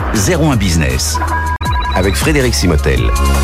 01 Business avec Frédéric Simotel.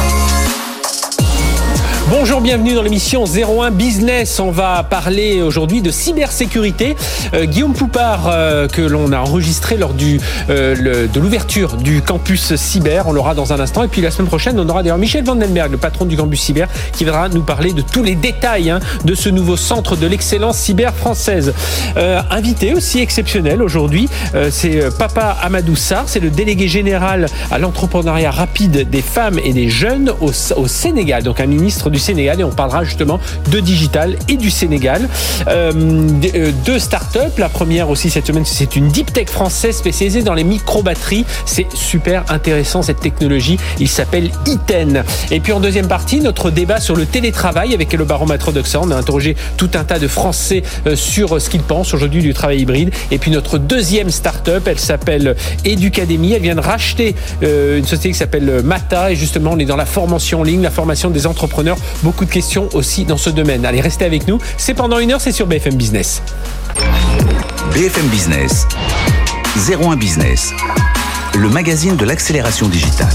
Bonjour, bienvenue dans l'émission 01 Business. On va parler aujourd'hui de cybersécurité. Guillaume Poupard, que l'on a enregistré lors de l'ouverture du campus cyber, on l'aura dans un instant. Et puis la semaine prochaine, on aura d'ailleurs Michel Vandenberg, le patron du campus cyber, qui viendra nous parler de tous les détails de ce nouveau centre de l'excellence cyber française. Invité aussi exceptionnel aujourd'hui, c'est Papa Amadou Sarr, c'est le délégué général à l'entrepreneuriat rapide des femmes et des jeunes au Sénégal, donc un ministre du Sénégal, et on parlera justement de digital et du Sénégal. Deux startups, la première aussi cette semaine, c'est une deep tech française spécialisée dans les micro-batteries. C'est super intéressant cette technologie, il s'appelle Iten. Et puis en deuxième partie, notre débat sur le télétravail avec le baromètre Odoxa. On a interrogé tout un tas de Français sur ce qu'ils pensent aujourd'hui du travail hybride. Et puis notre deuxième startup, elle s'appelle Educademy, elle vient de racheter une société qui s'appelle Mata, et justement on est dans la formation en ligne, la formation des entrepreneurs. Beaucoup de questions aussi dans ce domaine. Allez, restez avec nous. C'est pendant une heure, c'est sur BFM Business. BFM Business, 01 Business, le magazine de l'accélération digitale.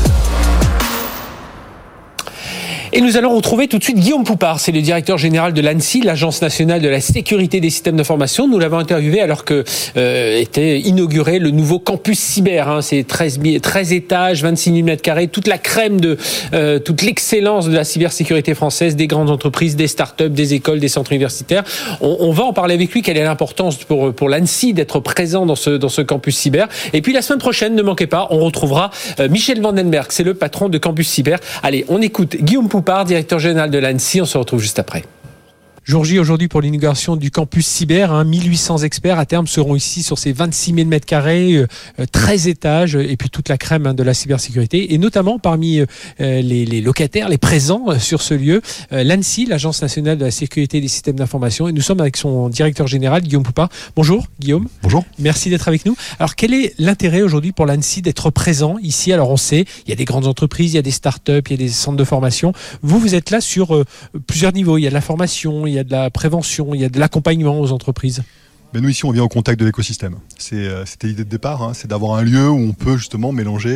Et nous allons retrouver tout de suite Guillaume Poupard, c'est le directeur général de l'ANSSI, l'Agence nationale de la sécurité des systèmes d'information. Nous l'avons interviewé alors que était inauguré le nouveau campus cyber. C'est 13 étages, 26 000 mètres carrés, toute la crème de toute l'excellence de la cybersécurité française, des grandes entreprises, des startups, des écoles, des centres universitaires. On va en parler avec lui. Quelle est l'importance pour l'ANSSI d'être présent dans ce campus cyber. Et puis la semaine prochaine, ne manquez pas, on retrouvera Michel Vandenberg, c'est le patron de Campus Cyber. Allez, on écoute Guillaume Poupard, directeur général de l'ANSSI. On se retrouve juste après. Jour J aujourd'hui pour l'inauguration du campus cyber. 1800 experts à terme seront ici sur ces 26 000 mètres carrés, 13 étages, et puis toute la crème de la cybersécurité. Et notamment parmi les locataires, les présents sur ce lieu, l'ANSSI, l'Agence nationale de la sécurité des systèmes d'information. Et nous sommes avec son directeur général, Guillaume Poupard. Bonjour Guillaume. Bonjour. Merci d'être avec nous. Alors quel est l'intérêt aujourd'hui pour l'ANSSI d'être présent ici? Alors on sait, il y a des grandes entreprises, il y a des startups, il y a des centres de formation. Vous êtes là sur plusieurs niveaux. Il y a de la formation, il y a de la prévention, il y a de l'accompagnement aux entreprises. Mais nous ici on vient au contact de l'écosystème. C'était l'idée de départ, c'est d'avoir un lieu où on peut justement mélanger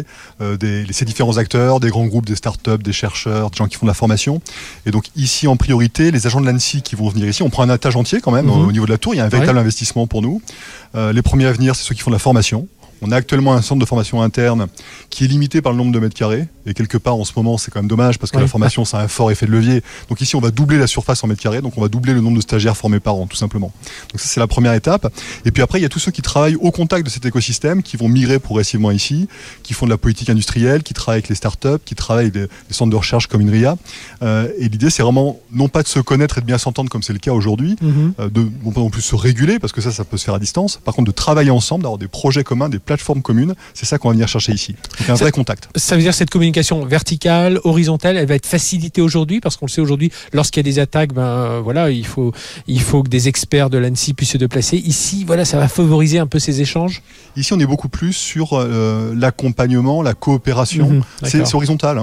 ces différents acteurs, des grands groupes, des startups, des chercheurs, des gens qui font de la formation. Et donc ici en priorité, les agents de l'ANSSI qui vont venir ici, on prend un étage entier quand même au niveau de la tour, il y a un véritable investissement pour nous. Les premiers à venir, c'est ceux qui font de la formation. On a actuellement un centre de formation interne qui est limité par le nombre de mètres carrés. Et quelque part, en ce moment, c'est quand même dommage parce que la formation, ça a un fort effet de levier. Donc ici, on va doubler la surface en mètres carrés. Donc on va doubler le nombre de stagiaires formés par an, tout simplement. Donc ça, c'est la première étape. Et puis après, il y a tous ceux qui travaillent au contact de cet écosystème, qui vont migrer progressivement ici, qui font de la politique industrielle, qui travaillent avec les startups, qui travaillent avec des centres de recherche comme INRIA. Et l'idée, c'est vraiment, non pas de se connaître et de bien s'entendre comme c'est le cas aujourd'hui, de non pas non plus se réguler, parce que ça peut se faire à distance. Par contre, de travailler ensemble, d'avoir des projets communs, des plateformes communes. C'est ça qu'on va venir chercher ici. Donc un vrai contact. Ça veut dire que cette communication verticale, horizontale, elle va être facilitée aujourd'hui, parce qu'on le sait aujourd'hui, lorsqu'il y a des attaques, il faut que des experts de l'ANSSI puissent se déplacer. Ici, ça va favoriser un peu ces échanges. Ici, on est beaucoup plus sur l'accompagnement, la coopération. C'est horizontal.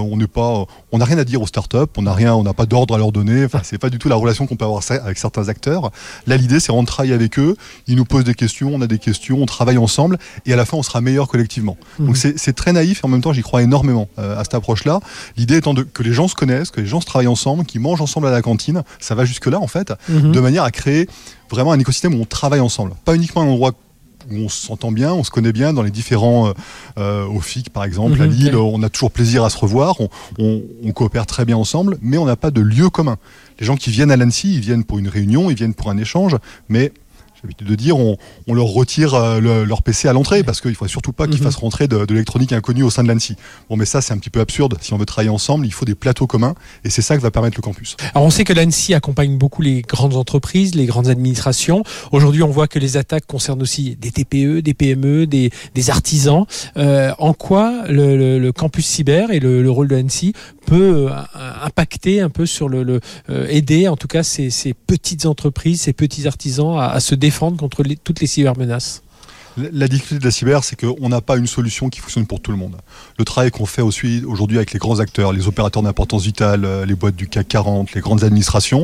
On n'a rien à dire aux startups, on n'a pas d'ordre à leur donner. C'est pas du tout la relation qu'on peut avoir avec certains acteurs. Là, l'idée, c'est vraiment de travailler avec eux. Ils nous posent des questions, on a des questions, on travaille ensemble, et à la fin, on sera meilleur collectivement. Donc c'est très naïf, et en même temps, j'y crois énormément à cette approche-là. L'idée étant que les gens se connaissent, que les gens se travaillent ensemble, qu'ils mangent ensemble à la cantine. Ça va jusque-là, en fait, de manière à créer vraiment un écosystème où on travaille ensemble. Pas uniquement un endroit où on s'entend bien, on se connaît bien dans les différents au FIC par exemple, à Lille, on a toujours plaisir à se revoir, on coopère très bien ensemble, mais on n'a pas de lieu commun. Les gens qui viennent à l'ANSSI, ils viennent pour une réunion, ils viennent pour un échange, mais j'ai l'habitude de dire, on leur retire leur PC à l'entrée, parce qu'il ne faut surtout pas qu'ils fassent rentrer de l'électronique inconnue au sein de l'ANSSI. Bon, mais ça, c'est un petit peu absurde. Si on veut travailler ensemble, il faut des plateaux communs, et c'est ça que va permettre le campus. Alors, on sait que l'ANSSI accompagne beaucoup les grandes entreprises, les grandes administrations. Aujourd'hui, on voit que les attaques concernent aussi des TPE, des PME, des artisans. En quoi le campus cyber et le rôle de l'ANSSI peut impacter un peu sur aider en tout cas ces petites entreprises, ces petits artisans à se défendre contre toutes les cybermenaces? La difficulté de la cyber, c'est qu'on n'a pas une solution qui fonctionne pour tout le monde. Le travail qu'on fait aussi aujourd'hui avec les grands acteurs, les opérateurs d'importance vitale, les boîtes du CAC 40, les grandes administrations,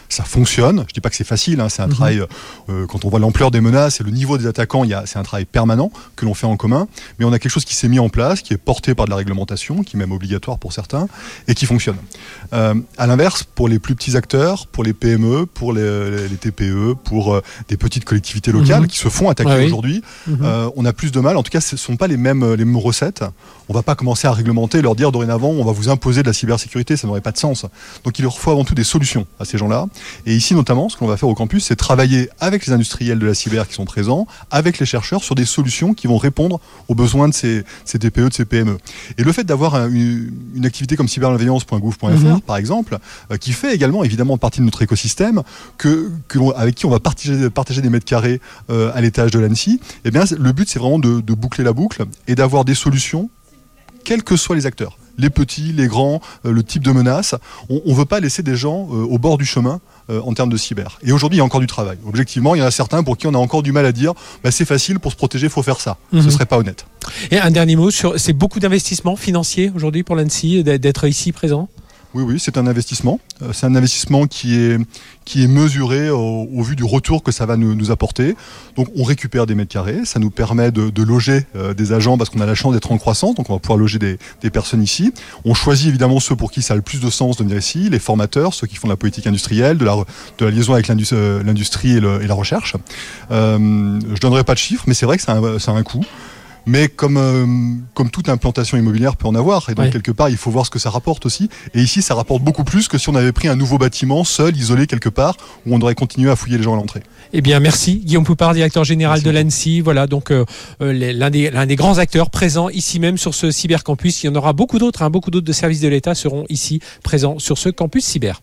ça fonctionne. Je dis pas que c'est facile, c'est un travail, quand on voit l'ampleur des menaces et le niveau des attaquants, c'est un travail permanent que l'on fait en commun, mais on a quelque chose qui s'est mis en place, qui est porté par de la réglementation, qui est même obligatoire pour certains, et qui fonctionne. À l'inverse, pour les plus petits acteurs, pour les PME, pour les TPE, pour des petites collectivités locales qui se font attaquer aujourd'hui, on a plus de mal. En tout cas, ce ne sont pas les mêmes recettes. On ne va pas commencer à réglementer, leur dire dorénavant, on va vous imposer de la cybersécurité, ça n'aurait pas de sens. Donc il leur faut avant tout des solutions à ces gens-là. Et ici notamment, ce qu'on va faire au campus, c'est travailler avec les industriels de la cyber qui sont présents, avec les chercheurs sur des solutions qui vont répondre aux besoins de ces TPE, de ces PME. Et le fait d'avoir une activité comme cybermalveillance.gouv.fr, par exemple, qui fait également évidemment partie de notre écosystème, avec qui on va partager des mètres carrés à l'étage de l'ANSSI, eh bien, le but c'est vraiment de boucler la boucle et d'avoir des solutions, quels que soient les acteurs, les petits, les grands, le type de menace. On ne veut pas laisser des gens au bord du chemin en termes de cyber. Et aujourd'hui, il y a encore du travail. Objectivement, il y en a certains pour qui on a encore du mal à dire c'est facile, pour se protéger, il faut faire ça. Ce ne serait pas honnête. Et un dernier mot, c'est beaucoup d'investissements financiers aujourd'hui pour l'ANSSI d'être ici présent ? Oui, c'est un investissement. C'est un investissement qui est mesuré au vu du retour que ça va nous apporter. Donc on récupère des mètres carrés, ça nous permet de loger des agents parce qu'on a la chance d'être en croissance, donc on va pouvoir loger des personnes ici. On choisit évidemment ceux pour qui ça a le plus de sens de venir ici, les formateurs, ceux qui font de la politique industrielle, de la liaison avec l'industrie et la recherche. Je donnerai pas de chiffres, mais c'est vrai que ça a un coût. Mais comme toute implantation immobilière peut en avoir, et donc quelque part il faut voir ce que ça rapporte aussi. Et ici ça rapporte beaucoup plus que si on avait pris un nouveau bâtiment seul, isolé quelque part, où on aurait continué à fouiller les gens à l'entrée. Eh bien merci Guillaume Poupart, directeur général de l'ANSSI. Voilà donc l'un des grands acteurs présents ici même sur ce cybercampus. Il y en aura beaucoup d'autres, beaucoup d'autres de services de l'État seront ici présents sur ce campus cyber.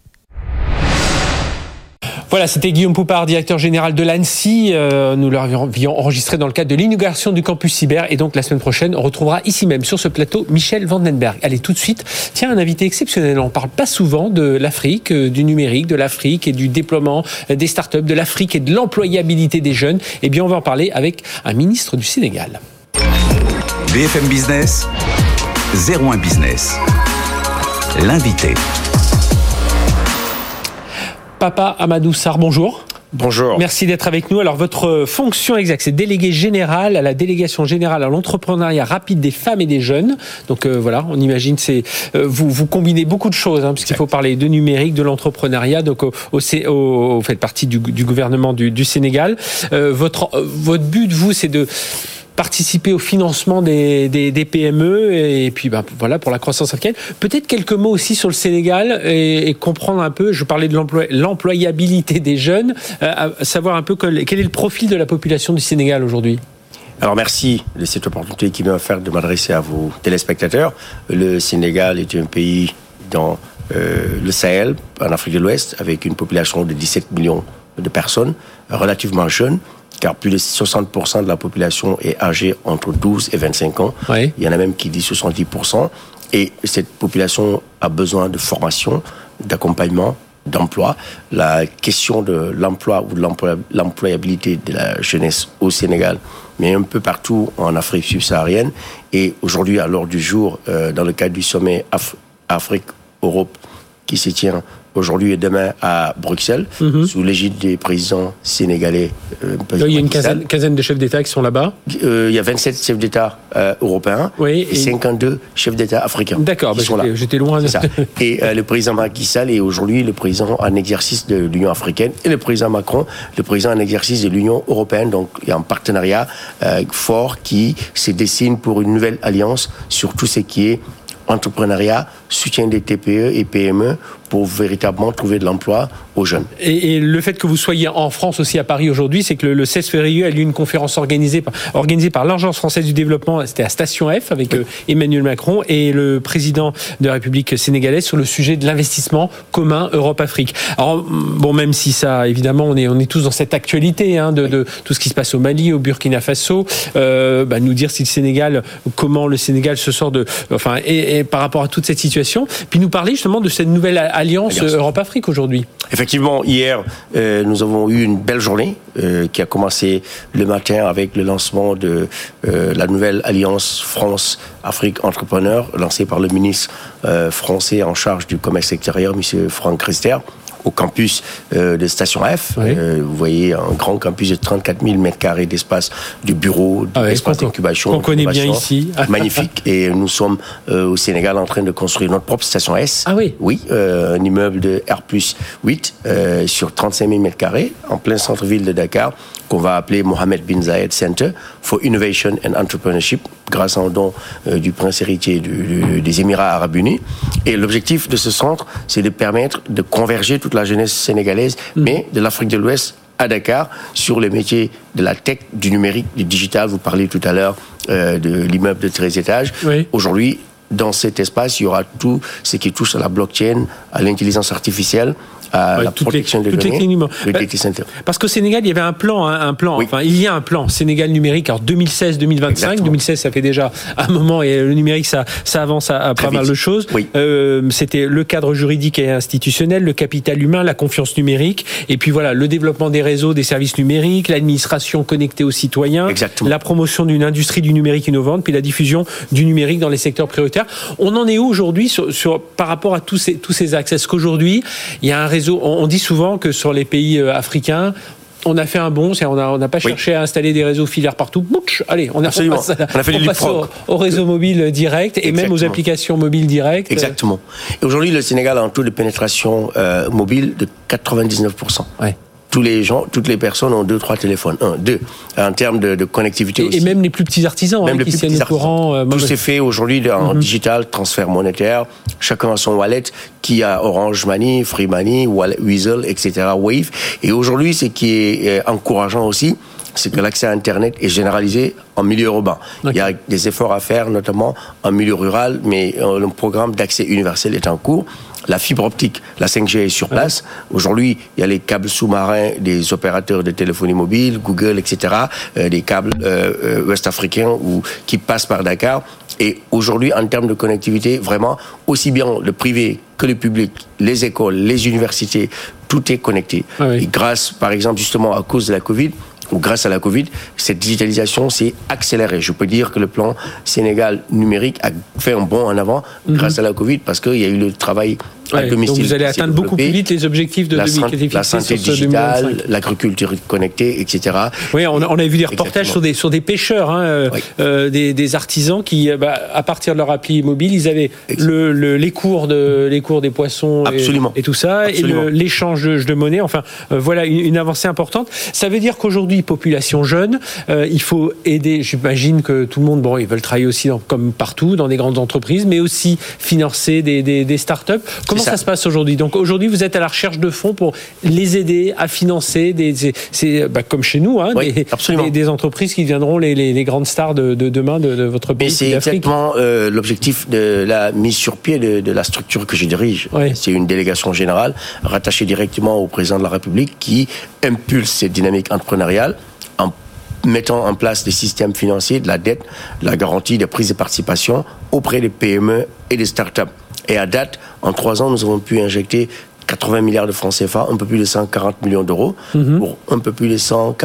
Voilà, c'était Guillaume Poupart, directeur général de l'ANSSI. Nous l'avions enregistré dans le cadre de l'inauguration du campus cyber. Et donc, la semaine prochaine, on retrouvera ici même, sur ce plateau, Michel Vandenberg. Allez, tout de suite, tiens, un invité exceptionnel. On ne parle pas souvent de l'Afrique, du numérique, de l'Afrique et du déploiement des startups, de l'Afrique et de l'employabilité des jeunes. Eh bien, on va en parler avec un ministre du Sénégal. BFM Business, 01 Business. L'invité. Papa Amadou Sarr, bonjour. Bonjour. Merci d'être avec nous. Alors, votre fonction exacte, c'est délégué général à la délégation générale à l'entrepreneuriat rapide des femmes et des jeunes. Donc voilà, on imagine vous combinez beaucoup de choses, puisqu'il faut parler de numérique, de l'entrepreneuriat. Donc vous faites partie du gouvernement du Sénégal. Votre but, vous, c'est de participer au financement des PME et puis voilà pour la croissance africaine. Peut-être quelques mots aussi sur le Sénégal et comprendre un peu, je parlais de l'employabilité des jeunes, savoir un peu quel est le profil de la population du Sénégal aujourd'hui. Alors merci de cette opportunité qui m'a offert de m'adresser à vos téléspectateurs. Le Sénégal est un pays dans le Sahel, en Afrique de l'Ouest, avec une population de 17 millions de personnes, relativement jeunes, car plus de 60% de la population est âgée entre 12 et 25 ans. Oui. Il y en a même qui disent 70%. Et cette population a besoin de formation, d'accompagnement, d'emploi. La question de l'emploi ou de l'employabilité de la jeunesse au Sénégal, mais un peu partout en Afrique subsaharienne. Et aujourd'hui, à l'ordre du jour, dans le cadre du sommet Afrique-Europe qui se tient aujourd'hui et demain à Bruxelles, sous l'égide des présidents sénégalais. Il y a une quinzaine de chefs d'État qui sont là-bas. Il y a 27 chefs d'État européens et 52 chefs d'État africains. D'accord, qui sont là. J'étais loin de ça. Et le président Macky Sall est aujourd'hui le président en exercice de l'Union africaine et le président Macron, le président en exercice de l'Union européenne. Donc il y a un partenariat fort qui se dessine pour une nouvelle alliance sur tout ce qui est entrepreneuriat, soutien des TPE et PME pour véritablement trouver de l'emploi aux jeunes. Et le fait que vous soyez en France aussi à Paris aujourd'hui, c'est que le 16 février a eu une conférence organisée par l'Agence française du développement, c'était à Station F avec Emmanuel Macron et le président de la République sénégalaise sur le sujet de l'investissement commun Europe-Afrique. Alors bon, même si ça, évidemment, on est tous dans cette actualité de tout ce qui se passe au Mali, au Burkina Faso, nous dire si comment le Sénégal se sort et par rapport à toute cette situation, puis nous parler justement de cette nouvelle alliance Europe-Afrique aujourd'hui. Effectivement, hier, nous avons eu une belle journée qui a commencé le matin avec le lancement de la nouvelle alliance France-Afrique Entrepreneur, lancée par le ministre français en charge du commerce extérieur, M. Franck Riester, au campus de Station F. Oui. Vous voyez un grand campus de 34 000 m² d'espace de bureaux, d'espace d'incubation. Qu'on connaît bien ici. Magnifique. Et nous sommes au Sénégal en train de construire notre propre Station S. Ah oui. Oui, un immeuble de R+8 sur 35 000 m², en plein centre-ville de Dakar, qu'on va appeler Mohammed bin Zayed Center for Innovation and Entrepreneurship, grâce à un don du prince héritier des Émirats Arabes Unis. Et l'objectif de ce centre, c'est de permettre de converger toute la jeunesse sénégalaise, mais de l'Afrique de l'Ouest à Dakar, sur les métiers de la tech, du numérique, du digital. Vous parliez tout à l'heure de l'immeuble de 13 étages. Oui. Aujourd'hui, dans cet espace, il y aura tout ce qui touche à la blockchain, à l'intelligence artificielle, à la protection des données, le data center. Parce qu'au Sénégal, il y avait un plan. Oui. Enfin, il y a un plan Sénégal numérique. Alors 2016-2025. Exactement. 2016, ça fait déjà un moment, et le numérique, ça avance à pas mal de choses. Oui. C'était le cadre juridique et institutionnel, le capital humain, la confiance numérique, et puis voilà, le développement des réseaux, des services numériques, l'administration connectée aux citoyens, Exactement. la promotion d'une industrie du numérique innovante, puis la diffusion du numérique dans les secteurs prioritaires. On en est où aujourd'hui par rapport à tous ces axes? Est-ce qu'aujourd'hui, il y a un réseau? On dit souvent que sur les pays africains, on a fait un bond, on n'a pas cherché à installer des réseaux filaires partout. Bouch, allez, on passe au réseau mobile direct et même aux applications mobiles directes. Exactement. Et aujourd'hui, le Sénégal a un taux de pénétration mobile de 99%. Ouais. Toutes les personnes ont 2-3 téléphones. 2. En termes de connectivité aussi. Et même les plus petits artisans qui se tiennent au courant. Tout s'est fait aujourd'hui en digital, transfert monétaire. Chacun a son wallet, qui a Orange Money, Free Money, Weasel, etc., Wave. Et aujourd'hui, ce qui est encourageant aussi, c'est que l'accès à Internet est généralisé en milieu urbain. Okay. Il y a des efforts à faire, notamment en milieu rural, mais le programme d'accès universel est en cours. La fibre optique, la 5G est sur place. Aujourd'hui, il y a les câbles sous-marins des opérateurs de téléphonie mobile, Google, etc., des câbles ouest-africains qui passent par Dakar. Et aujourd'hui, en termes de connectivité, vraiment, aussi bien le privé que le public, les écoles, les universités, tout est connecté. Et grâce, par exemple, justement, à cause de la Covid, ou grâce à la Covid, cette digitalisation s'est accélérée. Je peux dire que le plan Sénégal numérique a fait un bond en avant grâce à la Covid, parce qu'il y a eu le travail à domicile. Donc vous allez atteindre beaucoup plus vite les objectifs de 2025. La santé digitale, l'agriculture connectée, etc. Oui, on a vu des reportages sur des pêcheurs, des artisans qui, à partir de leur appli mobile, ils avaient les cours des poissons et tout ça, Absolument. Et l'échange de monnaie. Enfin, voilà une avancée importante. Ça veut dire qu'aujourd'hui, population jeune, il faut aider. J'imagine que tout le monde, ils veulent travailler aussi comme partout dans des grandes entreprises, mais aussi financer des startups. Comment ça se passe aujourd'hui? Donc aujourd'hui, vous êtes à la recherche de fonds pour les aider à financer comme chez nous, des entreprises qui deviendront les grandes stars de demain de votre pays. Et c'est exactement l'objectif de la mise sur pied de la structure que je dirige. C'est une délégation générale rattachée directement au président de la République qui impulse cette dynamique entrepreneuriale en mettant en place des systèmes financiers, de la dette, de la garantie, des prises de participation auprès des PME et des startups. Et à date, en 3 ans, nous avons pu injecter 80 milliards de francs CFA, un peu plus de 140 millions d'euros, pour un peu plus de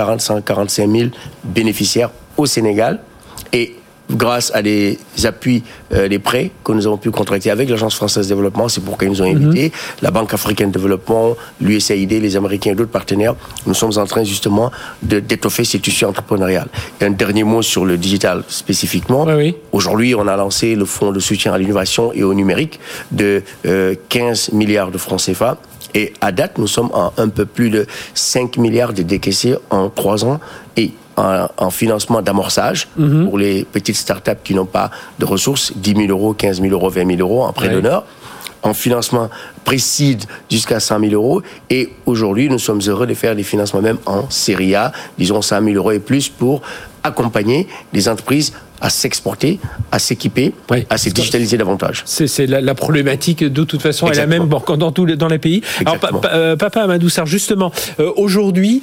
145 000 bénéficiaires au Sénégal. Et grâce à des appuis, des prêts que nous avons pu contracter avec l'Agence française de développement, c'est pourquoi ils nous ont invités, la Banque africaine de développement, l'USAID, les Américains et d'autres partenaires, nous sommes en train justement d'étoffer ces tissus entrepreneurial. Et un dernier mot sur le digital spécifiquement. Aujourd'hui, on a lancé le fonds de soutien à l'innovation et au numérique de 15 milliards de francs CFA. Et à date, nous sommes à un peu plus de 5 milliards de décaissés en 3 ans. Et en financement d'amorçage pour les petites startups qui n'ont pas de ressources, 10 000 euros, 15 000 euros, 20 000 euros en prêt d'honneur. En financement précide jusqu'à 100 000 euros. Et aujourd'hui, nous sommes heureux de faire des financements même en série A, disons 100 000 euros et plus, pour accompagner les entreprises à s'exporter, à s'équiper, à se digitaliser davantage. C'est la problématique de toute façon, elle est la même dans les pays. Exactement. Alors, Papa Amadou Sarr, justement, aujourd'hui,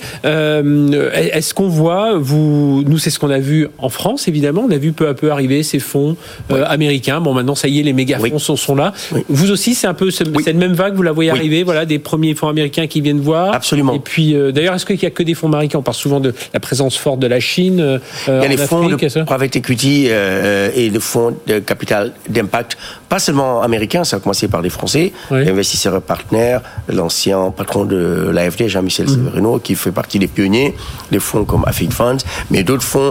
est-ce qu'on voit, nous c'est ce qu'on a vu en France, évidemment, on a vu peu à peu arriver ces fonds américains. Bon, maintenant, ça y est, les méga-fonds sont là. Vous aussi, c'est un peu cette même vague, vous la voyez arriver, des premiers fonds américains qui viennent voir. Absolument. Et puis, d'ailleurs, est-ce qu'il n'y a que des fonds américains? On parle souvent de la présence forte de la Chine. Il y a les fonds de private equity aussi et de fonds de capital d'impact, pas seulement américains, ça a commencé par les Français, l'investisseur partenaire, l'ancien patron de l'AFD, Jean-Michel Severino, qui fait partie des pionniers, des fonds comme Afid Funds, mais d'autres fonds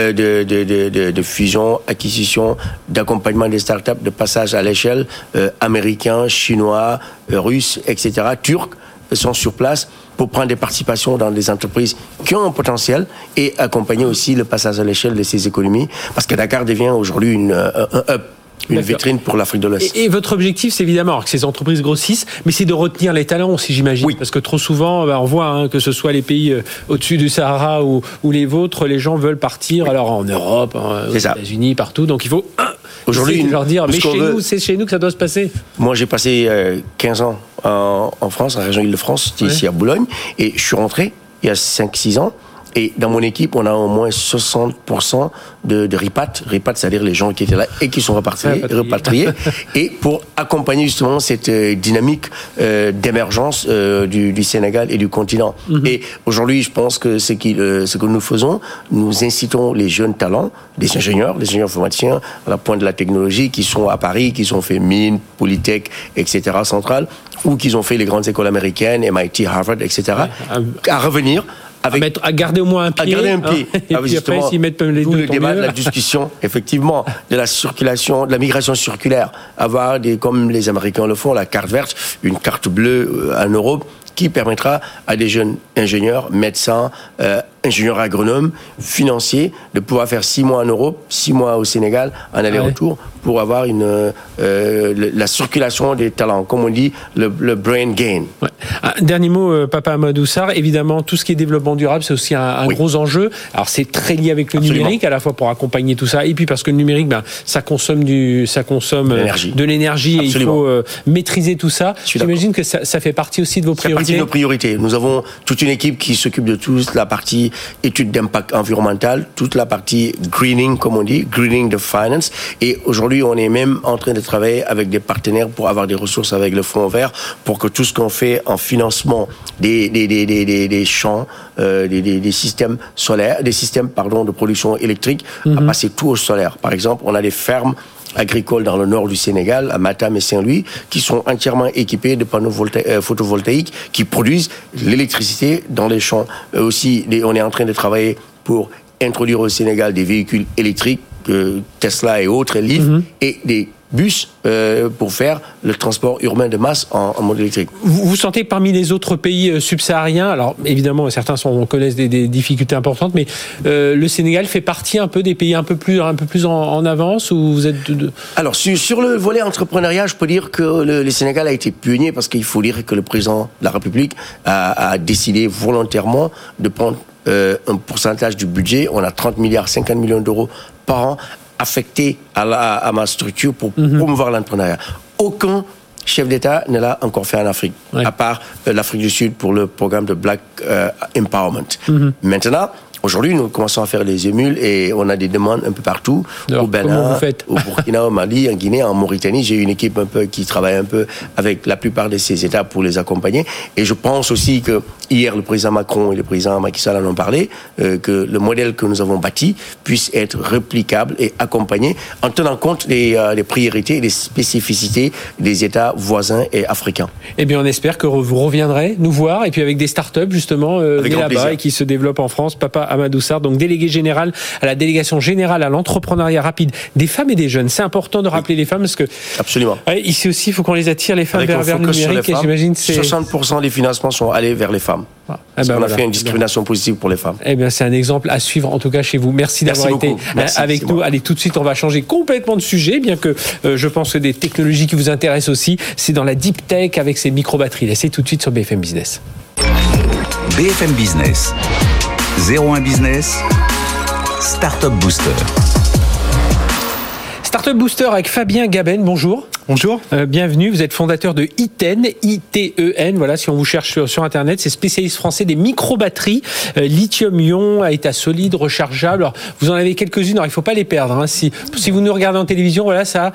de fusion, acquisition, d'accompagnement des startups, de passage à l'échelle, américains, chinois, russes, etc., turcs, sont sur place pour prendre des participations dans des entreprises qui ont un potentiel et accompagner aussi le passage à l'échelle de ces économies, parce que Dakar devient aujourd'hui une hub. Une vitrine pour l'Afrique de l'Ouest. Et votre objectif, c'est évidemment que ces entreprises grossissent, mais c'est de retenir les talents aussi, j'imagine. Oui. Parce que trop souvent, on voit que ce soit les pays au-dessus du Sahara ou les vôtres, les gens veulent partir, alors en Europe, aux États-Unis, partout. Donc il faut aujourd'hui leur dire, mais c'est chez nous que ça doit se passer. Moi, j'ai passé 15 ans en France, en région Île-de-France, ici à Boulogne, et je suis rentré il y a 5-6 ans. Et dans mon équipe, on a au moins 60% de repat, c'est-à-dire les gens qui étaient là et qui sont repatriés, et pour accompagner justement cette dynamique d'émergence du Sénégal et du continent. Et aujourd'hui, je pense que ce que nous faisons, nous incitons les jeunes talents, les ingénieurs informaticiens à la pointe de la technologie, qui sont à Paris, qui ont fait Mines, Polytech, etc., Centrale, ou qui ont fait les grandes écoles américaines, MIT, Harvard, etc., à revenir. À garder au moins un pied. Et puis après, s'ils mettent les deux, le débat de la discussion, effectivement, de la circulation, de la migration circulaire. Avoir comme les Américains le font, la carte verte, une carte bleue en Europe, qui permettra à des jeunes ingénieurs, médecins, ingénieurs agronomes, financiers, de pouvoir faire 6 mois en Europe, 6 mois au Sénégal, en aller-retour, pour avoir la circulation des talents, comme on dit, le brain gain. Ouais. Un dernier mot, Papa Amadou Sarr, évidemment, tout ce qui est développement durable, c'est aussi un gros enjeu. Alors c'est très lié avec le numérique, à la fois pour accompagner tout ça, et puis parce que le numérique, ça consomme de l'énergie, et il faut maîtriser tout ça. J'imagine que ça fait partie aussi de vos priorités. C'est partie de nos priorités. Nous avons toute une équipe qui s'occupe de toute la partie études d'impact environnemental, toute la partie greening, comme on dit, greening de finance. Et aujourd'hui, on est même en train de travailler avec des partenaires pour avoir des ressources avec le Fonds vert, pour que tout ce qu'on fait en financement des champs, des systèmes solaires, de production électrique, à passer tout au solaire. Par exemple, on a des fermes agricoles dans le nord du Sénégal, à Matam et Saint-Louis, qui sont entièrement équipés de panneaux photovoltaïques qui produisent l'électricité dans les champs. Aussi, on est en train de travailler pour introduire au Sénégal des véhicules électriques, Tesla et autres livrent, et des bus pour faire le transport urbain de masse en mode électrique. Vous sentez que parmi les autres pays subsahariens, alors évidemment certains connaissent des difficultés importantes, mais le Sénégal fait partie un peu des pays un peu plus en avance, ou vous êtes Alors sur le volet entrepreneuriat, je peux dire que le Sénégal a été pionnier, parce qu'il faut dire que le président de la République a décidé volontairement de prendre un pourcentage du budget. On a 30 milliards, 50 millions d'euros par an affecté à ma structure pour promouvoir l'entrepreneuriat. Aucun chef d'État ne l'a encore fait en Afrique, à part l'Afrique du Sud pour le programme de Black Empowerment. Maintenant, aujourd'hui, nous commençons à faire les émules et on a des demandes un peu partout. Alors, au Bénin, au Burkina, au Mali, en Guinée, en Mauritanie. J'ai une équipe qui travaille un peu avec la plupart de ces États pour les accompagner. Et je pense aussi que hier, le président Macron et le président Macky Sall en ont parlé, que le modèle que nous avons bâti puisse être réplicable et accompagné en tenant compte des priorités et des spécificités des États voisins et africains. Eh bien, on espère que vous reviendrez nous voir, et puis avec des startups justement là-bas et qui se développent en France. Papa Amadou Sarr, donc délégué général à la délégation générale à l'entrepreneuriat rapide des femmes et des jeunes. C'est important de rappeler les femmes, parce que absolument. Ici aussi, il faut qu'on les attire, les femmes, vers le numérique. Et j'imagine 60% des financements sont allés vers les femmes. On a fait une discrimination positive pour les femmes. Eh bien, c'est un exemple à suivre, en tout cas chez vous. Merci d'avoir été avec nous. Allez, tout de suite, on va changer complètement de sujet, bien que je pense que des technologies qui vous intéressent aussi, c'est dans la deep tech avec ces micro-batteries. Là, c'est tout de suite sur BFM Business. BFM Business. 01 Business. Startup Booster. Startup Booster avec Fabien Gaben, bonjour. Bonjour. Bienvenue, vous êtes fondateur de ITEN, I-T-E-N, voilà, si on vous cherche sur Internet, c'est spécialiste français des microbatteries, lithium-ion, à état solide, rechargeable. Alors, vous en avez quelques-unes, alors il ne faut pas les perdre. Hein. Si vous nous regardez en télévision, voilà, ça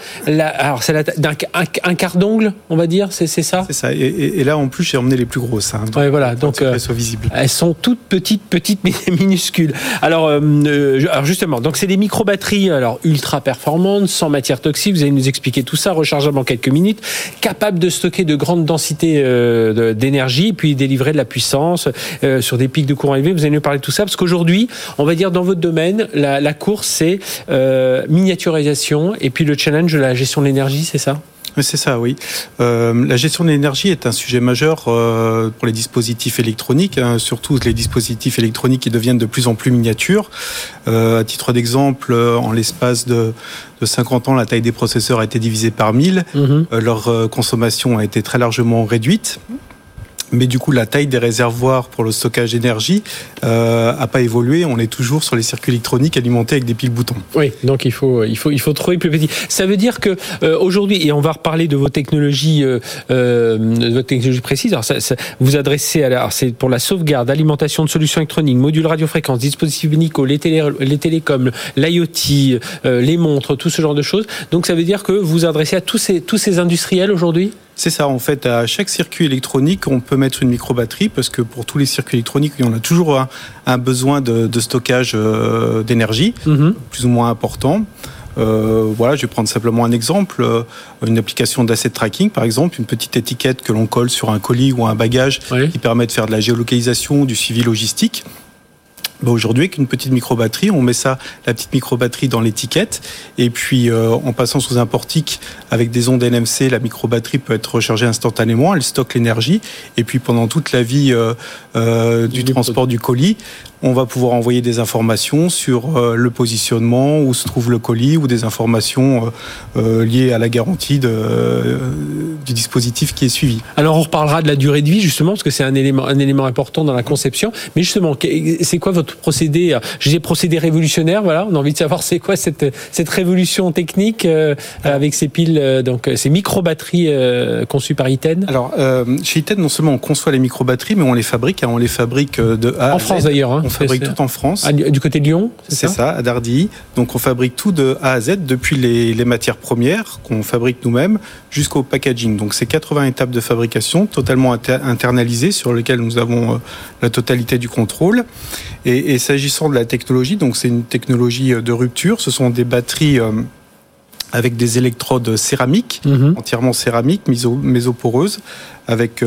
un quart d'ongle, on va dire, c'est ça ? C'est ça, et là en plus j'ai emmené les plus grosses. Hein, ouais, voilà, donc elles soient visibles. Elles sont toutes petites mais minuscules. Alors justement, donc c'est des microbatteries, alors ultra performantes, sans matière toxique, vous allez nous expliquer tout ça, rechargeable en quelques minutes, capable de stocker de grandes densités d'énergie, puis délivrer de la puissance sur des pics de courant élevés. Vous allez nous parler de tout ça, parce qu'aujourd'hui, on va dire dans votre domaine, la course, c'est miniaturisation, et puis le challenge de la gestion de l'énergie, c'est ça ? C'est ça, oui. La gestion de l'énergie est un sujet majeur pour les dispositifs électroniques, hein, surtout les dispositifs électroniques qui deviennent de plus en plus miniatures. À titre d'exemple, en l'espace de 50 ans, la taille des processeurs a été divisée par 1000. Leur consommation a été très largement réduite. Mais du coup, la taille des réservoirs pour le stockage d'énergie a pas évolué. On est toujours sur les circuits électroniques alimentés avec des piles boutons. Oui, donc il faut trouver plus petit. Ça veut dire que aujourd'hui, et on va reparler de vos technologies, précises. Alors, vous adressez c'est pour la sauvegarde, alimentation de solutions électroniques, modules radiofréquences, dispositifs médicaux, les télécoms, l'IoT, les montres, tout ce genre de choses. Donc ça veut dire que vous adressez à tous ces industriels aujourd'hui ? C'est ça, en fait, à chaque circuit électronique, on peut mettre une microbatterie parce que pour tous les circuits électroniques, on a toujours un besoin de stockage d'énergie, plus ou moins important. Voilà, je vais prendre simplement un exemple, une application d'asset tracking, par exemple, une petite étiquette que l'on colle sur un colis ou un bagage qui permet de faire de la géolocalisation, du suivi logistique. Aujourd'hui, avec une petite microbatterie, on met la petite microbatterie dans l'étiquette, et puis en passant sous un portique avec des ondes NMC, la microbatterie peut être rechargée instantanément, elle stocke l'énergie, et puis pendant toute la vie du transport du colis, on va pouvoir envoyer des informations sur le positionnement, où se trouve le colis, ou des informations liées à la garantie du dispositif qui est suivi. Alors on reparlera de la durée de vie justement, parce que c'est un élément important dans la conception. Mais justement, c'est quoi votre procédé ? Je disais procédé révolutionnaire, voilà. On a envie de savoir c'est quoi cette révolution technique avec ces piles, donc ces micro-batteries conçues par ITEN. Alors chez ITEN, non seulement on conçoit les micro-batteries, mais on les fabrique de A à Z. En France d'ailleurs, hein. On fabrique tout en France. Du côté de Lyon, c'est ça, à Dardilly. Donc on fabrique tout de A à Z, depuis les matières premières qu'on fabrique nous-mêmes jusqu'au packaging. Donc c'est 80 étapes de fabrication totalement internalisées sur lesquelles nous avons la totalité du contrôle. Et s'agissant de la technologie, donc c'est une technologie de rupture. Ce sont des batteries avec des électrodes céramiques, entièrement céramiques, mésoporeuses, avec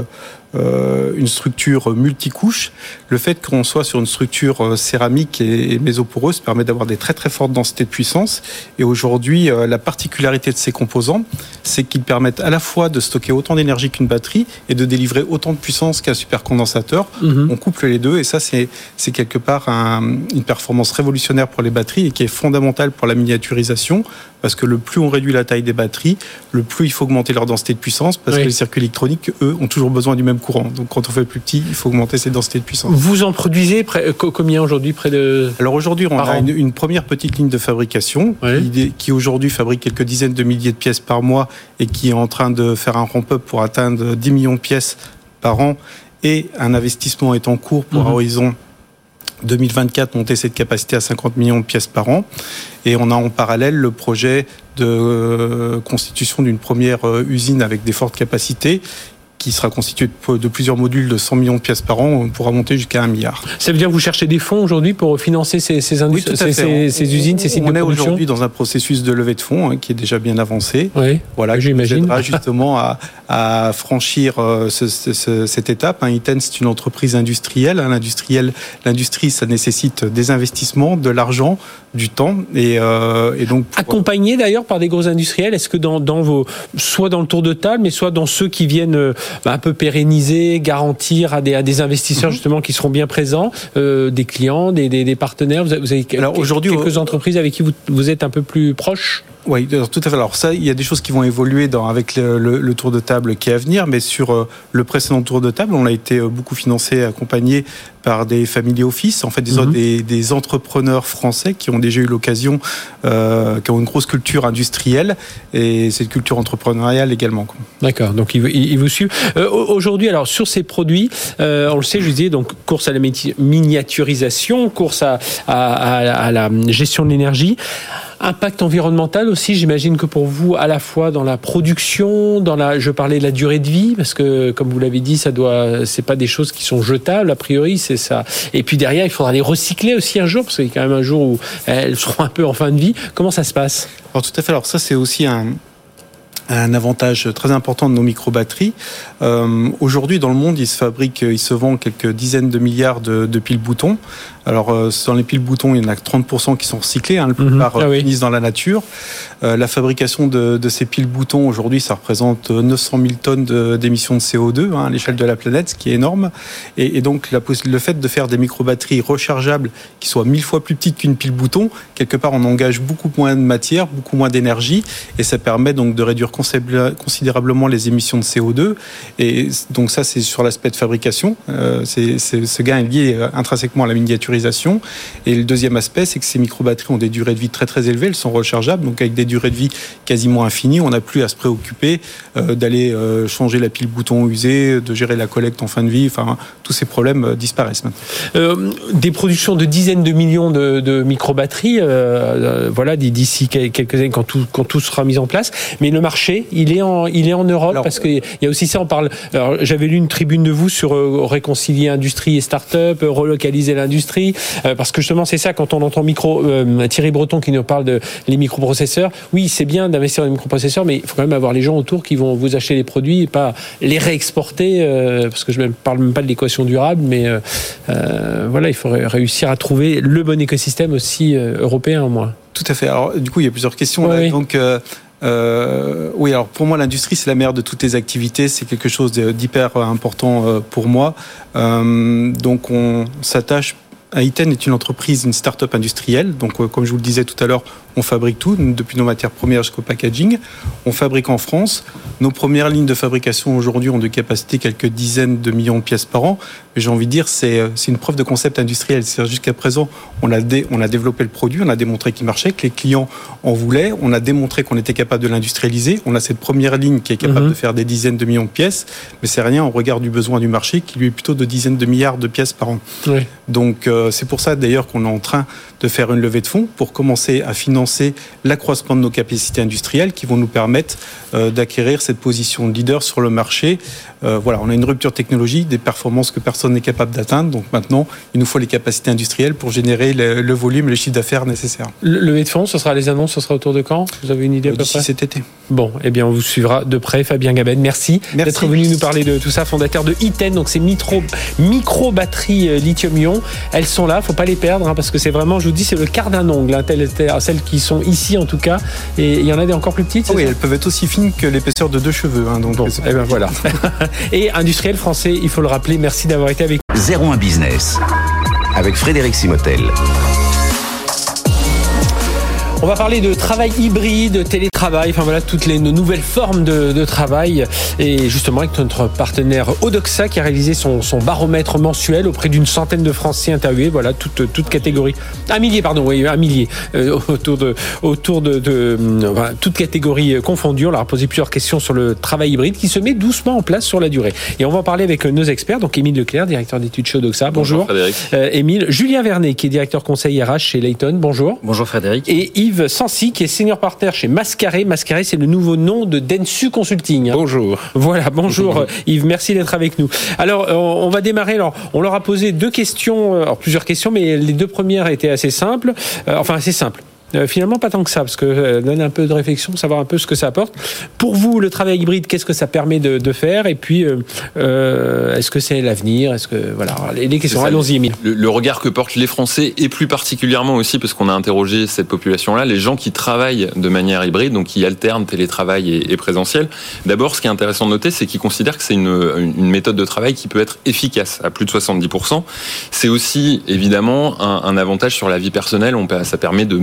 une structure multicouche. Le fait qu'on soit sur une structure céramique et mésoporeuse permet d'avoir des très très fortes densités de puissance. Et aujourd'hui, la particularité de ces composants, c'est qu'ils permettent à la fois de stocker autant d'énergie qu'une batterie et de délivrer autant de puissance qu'un supercondensateur. On couple les deux, et ça c'est quelque part une performance révolutionnaire pour les batteries et qui est fondamentale pour la miniaturisation, parce que le plus on réduit la taille des batteries, le plus il faut augmenter leur densité de puissance, parce que les circuits électroniques, eux, ont toujours besoin du même courant. Donc quand on fait plus petit, il faut augmenter cette densité de puissance. Vous en produisez combien aujourd'hui, près de... Alors aujourd'hui, on a une première petite ligne de fabrication qui aujourd'hui fabrique quelques dizaines de milliers de pièces par mois et qui est en train de faire un ramp-up pour atteindre 10 millions de pièces par an, et un investissement est en cours pour horizon 2024, monter cette capacité à 50 millions de pièces par an. Et on a en parallèle le projet de constitution d'une première usine avec des fortes capacités, qui sera constitué de plusieurs modules de 100 millions de pièces par an. On pourra monter jusqu'à 1 milliard. Ça veut dire que vous cherchez des fonds aujourd'hui pour financer ces usines, ces sites de production ? On est aujourd'hui dans un processus de levée de fonds qui est déjà bien avancé. Oui, voilà, j'imagine. Qui aidera justement à franchir cette étape. ITEN, c'est une entreprise industrielle. L'industrie, ça nécessite des investissements, de l'argent, du temps, et donc accompagné d'ailleurs par des gros industriels. Est-ce que dans vos, soit dans le tour de table, mais soit dans ceux qui viennent un peu pérenniser, garantir à des investisseurs justement qui seront bien présents, des clients, des partenaires. Vous avez alors aujourd'hui quelques entreprises avec qui vous êtes un peu plus proches? Oui, tout à fait. Alors ça, il y a des choses qui vont évoluer avec le tour de table qui est à venir, mais sur le précédent tour de table, on a été beaucoup financé, accompagné par des family office, en fait des entrepreneurs français qui ont déjà eu l'occasion, qui ont une grosse culture industrielle et cette culture entrepreneuriale également. D'accord, donc ils vous suivent. Aujourd'hui, alors sur ces produits, on le sait, je disais, donc course à la miniaturisation, course à la gestion de l'énergie. Impact environnemental aussi, j'imagine que pour vous, à la fois dans la production, je parlais de la durée de vie, parce que comme vous l'avez dit, c'est pas des choses qui sont jetables a priori, c'est ça. Et puis derrière, il faudra les recycler aussi un jour, parce qu'il y a quand même un jour où elles seront un peu en fin de vie. Comment ça se passe ? Alors tout à fait. Alors ça, c'est aussi un avantage très important de nos microbatteries. Aujourd'hui, dans le monde, il se vend quelques dizaines de milliards de piles-boutons. Alors, dans les piles-boutons, il y en a 30% qui sont recyclés, la plupart finissent dans la nature. La fabrication de ces piles-boutons, aujourd'hui, ça représente 900 000 tonnes d'émissions de CO2 à l'échelle de la planète, ce qui est énorme. Et donc, le fait de faire des microbatteries rechargeables qui soient 1000 fois plus petites qu'une pile-bouton, quelque part, on engage beaucoup moins de matière, beaucoup moins d'énergie, et ça permet donc de réduire considérablement les émissions de CO2. Et donc ça, c'est sur l'aspect de fabrication. Ce gain est lié intrinsèquement à la miniaturisation. Et le deuxième aspect, c'est que ces microbatteries ont des durées de vie très très élevées. Elles sont rechargeables, donc avec des durées de vie quasiment infinies. On n'a plus à se préoccuper d'aller changer la pile bouton usée, de gérer la collecte en fin de vie. Enfin, tous ces problèmes disparaissent maintenant. Des productions de dizaines de millions de microbatteries, voilà, d'ici quelques années, quand tout sera mis en place. Mais le marché, il est en Europe. Alors, parce qu'il y a aussi ça, on parle. Alors, j'avais lu une tribune de vous sur réconcilier industrie et start-up, relocaliser l'industrie, parce que justement c'est ça, quand on entend Thierry Breton qui nous parle les microprocesseurs. Oui, c'est bien d'investir dans les microprocesseurs, mais il faut quand même avoir les gens autour qui vont vous acheter les produits et pas les réexporter, parce que je ne parle même pas de l'équation durable, mais voilà, il faut réussir à trouver le bon écosystème aussi européen au moins. Tout à fait. Alors du coup, il y a plusieurs questions là. Oui. Donc oui, alors pour moi, l'industrie, c'est la mère de toutes les activités. C'est quelque chose d'hyper important pour moi. Donc on s'attache. Eiten est une entreprise, une start-up industrielle. Donc, comme je vous le disais tout à l'heure, on fabrique tout, depuis nos matières premières jusqu'au packaging. On fabrique en France. Nos premières lignes de fabrication aujourd'hui ont de capacité quelques dizaines de millions de pièces par an. Mais j'ai envie de dire, c'est une preuve de concept industriel. C'est-à-dire, jusqu'à présent, on a développé le produit, on a démontré qu'il marchait, que les clients en voulaient. On a démontré qu'on était capable de l'industrialiser. On a cette première ligne qui est capable de faire des dizaines de millions de pièces. Mais c'est rien au regard du besoin du marché, qui lui est plutôt de dizaines de milliards de pièces par an. Oui. Donc, c'est pour ça d'ailleurs qu'on est en train de faire une levée de fonds pour commencer à financer l'accroissement de nos capacités industrielles qui vont nous permettre d'acquérir cette position de leader sur le marché. Voilà, on a une rupture technologique, des performances que personne n'est capable d'atteindre. Donc maintenant, il nous faut les capacités industrielles pour générer le volume et le chiffre d'affaires nécessaires. Le levée de fonds, les annonces, ce sera autour de quand ? Vous avez une idée à peu près ? D'ici cet été. Bon, eh bien, on vous suivra de près. Fabien Gaben, merci d'être venu nous parler de tout ça, fondateur de Eiten, donc ces micro-batteries lithium-ion. Elles sont là, faut pas les perdre, parce que c'est vraiment, je vous dis, c'est le quart d'un ongle, celles qui sont ici en tout cas, et il y en a des encore plus petites. Oui, elles peuvent être aussi fines que l'épaisseur de 2 cheveux. Donc bon, et ben voilà. Et industriel français, il faut le rappeler. Merci d'avoir été avec nous. 01 Business avec Frédéric Simotel. On va parler de travail hybride, télétravail, enfin voilà, toutes les nouvelles formes de travail. Et justement, avec notre partenaire Odoxa qui a réalisé son baromètre mensuel auprès d'une centaine de Français interviewés. Voilà, toute catégorie. Un millier, autour de toute catégorie confondue. On leur a posé plusieurs questions sur le travail hybride qui se met doucement en place sur la durée. Et on va en parler avec nos experts. Donc, Émile Leclerc, directeur d'études chez Odoxa. Bonjour. Frédéric. Émile. Julien Vernet, qui est directeur conseil RH chez Layton. Bonjour. Bonjour Frédéric. Et Yves Sancy, qui est senior partner chez Mascaré. Mascaré, c'est le nouveau nom de Dentsu Consulting. Bonjour. Voilà, bonjour Yves, merci d'être avec nous. Alors, on va démarrer. Alors, on leur a posé plusieurs questions, mais les deux premières étaient assez simples. Assez simples. Finalement, pas tant que ça, parce que donne un peu de réflexion, savoir un peu ce que ça apporte. Pour vous, le travail hybride, qu'est-ce que ça permet de faire ? Et puis, est-ce que c'est l'avenir ? Est-ce que voilà, les questions. Allons-y, Émile. Le regard que portent les Français, et plus particulièrement aussi, parce qu'on a interrogé cette population-là, les gens qui travaillent de manière hybride, donc qui alternent télétravail et présentiel. D'abord, ce qui est intéressant de noter, c'est qu'ils considèrent que c'est une méthode de travail qui peut être efficace à plus de 70%. C'est aussi, évidemment, un avantage sur la vie personnelle. Ça permet de mieux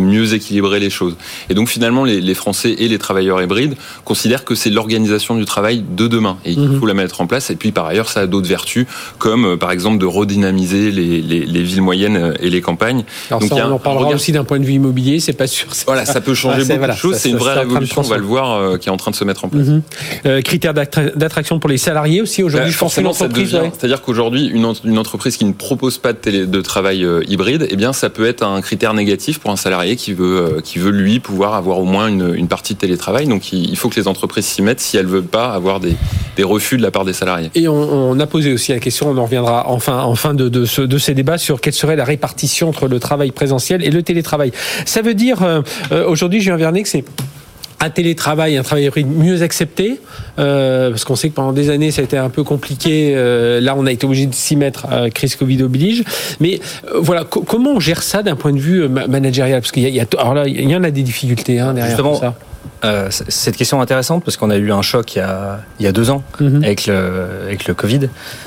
équilibrer les choses. Et donc finalement, les Français et les travailleurs hybrides considèrent que c'est l'organisation du travail de demain et qu'il faut la mettre en place. Et puis par ailleurs, ça a d'autres vertus, comme par exemple de redynamiser les villes moyennes et les campagnes. Alors donc, on en parlera aussi d'un point de vue immobilier, c'est pas sûr. Voilà, ça peut changer beaucoup de choses. C'est une vraie révolution, on va le voir, qui est en train de se mettre en place. Critères d'attraction pour les salariés aussi aujourd'hui. Forcément, ça devient. C'est-à-dire qu'aujourd'hui, une entreprise qui ne propose pas de travail hybride, eh bien, ça peut être un critère négatif pour un salarié qui veut lui pouvoir avoir au moins une partie de télétravail. Donc, il faut que les entreprises s'y mettent si elles veulent pas avoir des refus de la part des salariés. Et on a posé aussi la question, on en reviendra en fin de ces débats sur quelle serait la répartition entre le travail présentiel et le télétravail. Ça veut dire aujourd'hui, Julien Vernet, que c'est un télétravail, un travail hybride mieux accepté, parce qu'on sait que pendant des années ça a été un peu compliqué. Là, on a été obligé de s'y mettre, crise Covid oblige. Mais voilà, comment on gère ça d'un point de vue managérial? Parce qu'il y en a des difficultés derrière. Justement, ça. Cette question est intéressante parce qu'on a eu un choc il y a 2 ans avec le Covid,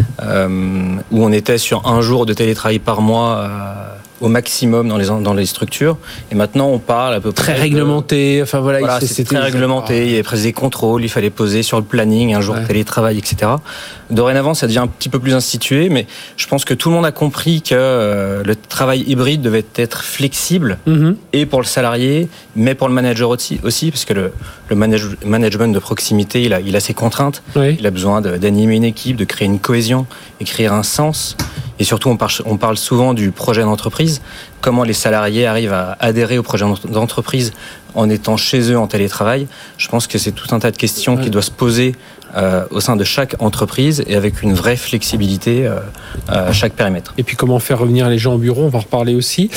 où on était sur 1 jour de télétravail par mois au maximum dans les structures, et maintenant on parle à peu près très réglementé. Enfin voilà, c'était très réglementé. Il y avait presque des contrôles, il fallait poser sur le planning un jour de télétravail, etc. Dorénavant, ça devient un petit peu plus institué, mais je pense que tout le monde a compris que le travail hybride devait être flexible, et pour le salarié, mais pour le manager aussi, parce que le management de proximité, il a ses contraintes. Oui. Il a besoin d'animer une équipe, de créer une cohésion, écrire un sens. Et surtout, on parle souvent du projet d'entreprise. Comment les salariés arrivent à adhérer au projet d'entreprise en étant chez eux en télétravail. Je pense que c'est tout un tas de questions qui doivent se poser au sein de chaque entreprise et avec une vraie flexibilité à chaque périmètre. Et puis comment faire revenir les gens au bureau, on va en reparler aussi.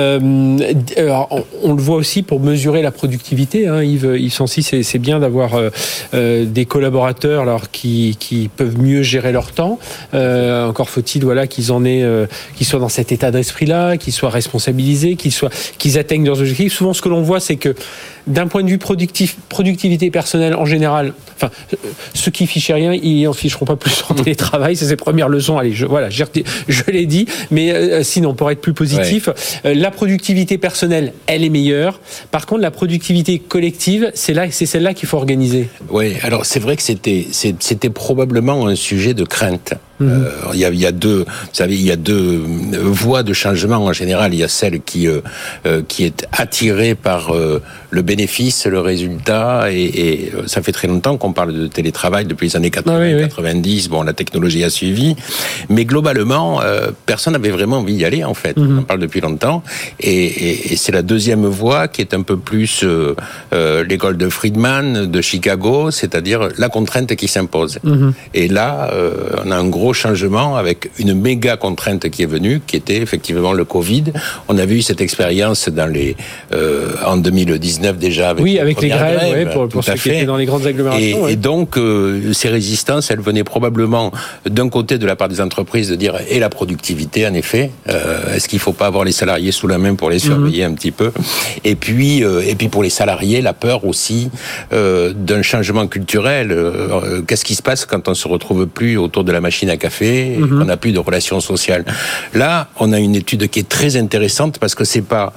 Alors, on le voit aussi pour mesurer la productivité. Yves Sancy, c'est bien d'avoir des collaborateurs qui peuvent mieux gérer leur temps. Encore faut-il qu'ils soient dans cet état d'esprit-là, qu'ils soient responsabilisés, qu'ils atteignent leurs objectifs. Souvent, ce que l'on voit, c'est que d'un point de vue productivité personnelle en général, ceux qui fichent rien, ils en ficheront pas plus en télétravail. C'est ses premières leçons. Allez, je l'ai dit. Mais sinon, pour être plus positif, la productivité personnelle, elle est meilleure. Par contre, la productivité collective, c'est celle-là qu'il faut organiser. Oui, alors c'est vrai que c'était probablement un sujet de crainte. Il y a deux voies de changement en général. Il y a celle qui est attirée par le bénéfice, le résultat, et ça fait très longtemps qu'on parle de télétravail depuis les années 80, 90. Bon, la technologie a suivi, mais globalement, personne n'avait vraiment envie d'y aller en fait. On en parle depuis longtemps, et c'est la deuxième voie qui est un peu plus l'école de Friedman de Chicago, c'est-à-dire la contrainte qui s'impose. Et là, on a un gros changement avec une méga contrainte qui est venue, qui était effectivement le Covid. On avait eu cette expérience en 2019 déjà avec les grèves, pour ceux qui étaient dans les grandes agglomérations. Et donc ces résistances, elles venaient probablement d'un côté de la part des entreprises de dire et la productivité en effet, est-ce qu'il faut pas avoir les salariés sous la main pour les surveiller un petit peu, et puis pour les salariés la peur aussi d'un changement culturel. Qu'est-ce qui se passe quand on se retrouve plus autour de la machine à café, et qu'on n'a plus de relations sociales. Là, on a une étude qui est très intéressante parce que c'est pas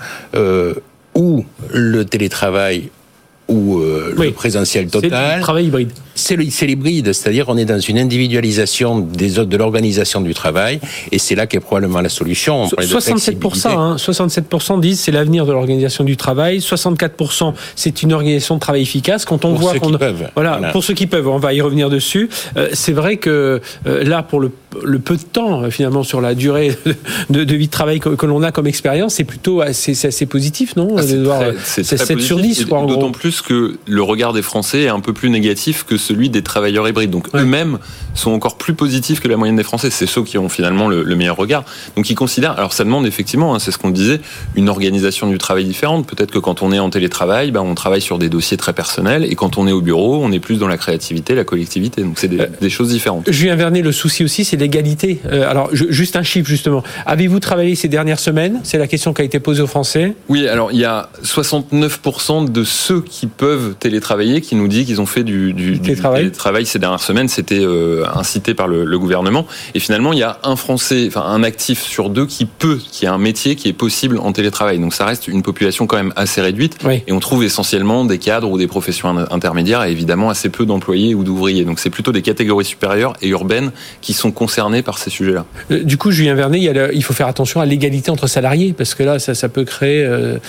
ou le télétravail ou le présentiel total. C'est le travail hybride. C'est l'hybride, c'est-à-dire on est dans une individualisation de l'organisation du travail, et c'est là qu'est probablement la solution. 67% disent c'est l'avenir de l'organisation du travail, 64% c'est une organisation de travail efficace. Quand on voit pour ceux qui peuvent, on va y revenir dessus. C'est vrai que là, pour le peu de temps finalement sur la durée de vie de travail que l'on a comme expérience, c'est plutôt assez positif, non? C'est 7 sur 10, je crois. D'autant plus que le regard des Français est un peu plus négatif que celui des travailleurs hybrides. Donc eux-mêmes sont encore plus positifs que la moyenne des Français. C'est ceux qui ont finalement le meilleur regard. Donc ils considèrent, alors ça demande effectivement, c'est ce qu'on disait, une organisation du travail différente. Peut-être que quand on est en télétravail, on travaille sur des dossiers très personnels, et quand on est au bureau, on est plus dans la créativité, la collectivité. Donc c'est des choses différentes. Julien Vernet, le souci aussi, c'est l'égalité. Alors juste un chiffre justement. Avez-vous travaillé ces dernières semaines? C'est la question qui a été posée aux Français. Oui, alors il y a 69% de ceux qui peuvent télétravailler qui nous disent qu'ils ont fait du télétravail ces dernières semaines, c'était incité par le gouvernement. Et finalement, il y a un actif sur 2 qui a un métier qui est possible en télétravail. Donc ça reste une population quand même assez réduite. Oui. Et on trouve essentiellement des cadres ou des professions intermédiaires et évidemment assez peu d'employés ou d'ouvriers. Donc c'est plutôt des catégories supérieures et urbaines qui sont concernées par ces sujets-là. Du coup, Julien Vernet, il faut faire attention à l'égalité entre salariés parce que là, ça peut créer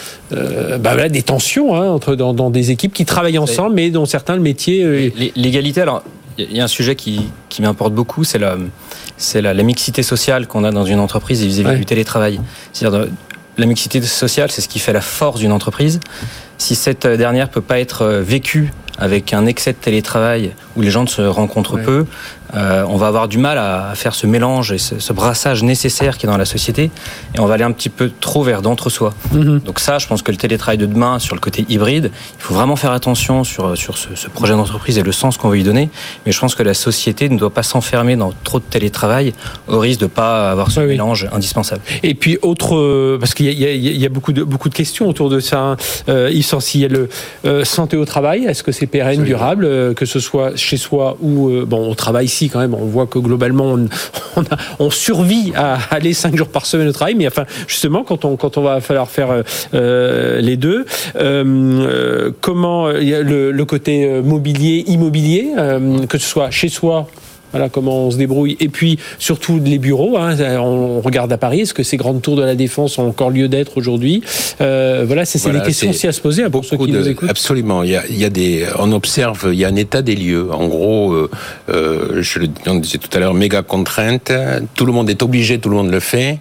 des tensions dans des équipes qui travaillent ensemble, mais dont certains le métier. L'égalité, alors il y a un sujet qui m'importe beaucoup, c'est la mixité sociale qu'on a dans une entreprise vis-à-vis du télétravail. C'est-à-dire la mixité sociale, c'est ce qui fait la force d'une entreprise. Si cette dernière peut pas être vécue avec un excès de télétravail où les gens ne se rencontrent peu, on va avoir du mal à faire ce mélange et ce brassage nécessaire qui est dans la société, et on va aller un petit peu trop vers d'entre-soi. Donc ça, je pense que le télétravail de demain, sur le côté hybride, il faut vraiment faire attention sur ce projet d'entreprise et le sens qu'on veut y donner, mais je pense que la société ne doit pas s'enfermer dans trop de télétravail au risque de pas avoir ce mélange indispensable. Et puis parce qu'il y a beaucoup de questions autour de ça. Il y a le santé au travail, est-ce que c'est pérenne, durable, que ce soit chez soi ou on travaille ici quand même, on voit que globalement on survit à aller 5 jours par semaine au travail, mais enfin justement quand on va falloir faire les deux, comment il y a le côté immobilier, que ce soit chez soi. Voilà comment on se débrouille. Et puis, surtout, les bureaux. On regarde à Paris. Est-ce que ces grandes tours de la Défense ont encore lieu d'être aujourd'hui ? C'est des questions aussi à se poser pour ceux qui nous écoutent. Absolument. On observe, il y a un état des lieux. En gros, on disait tout à l'heure, méga contrainte. Tout le monde est obligé, tout le monde le fait.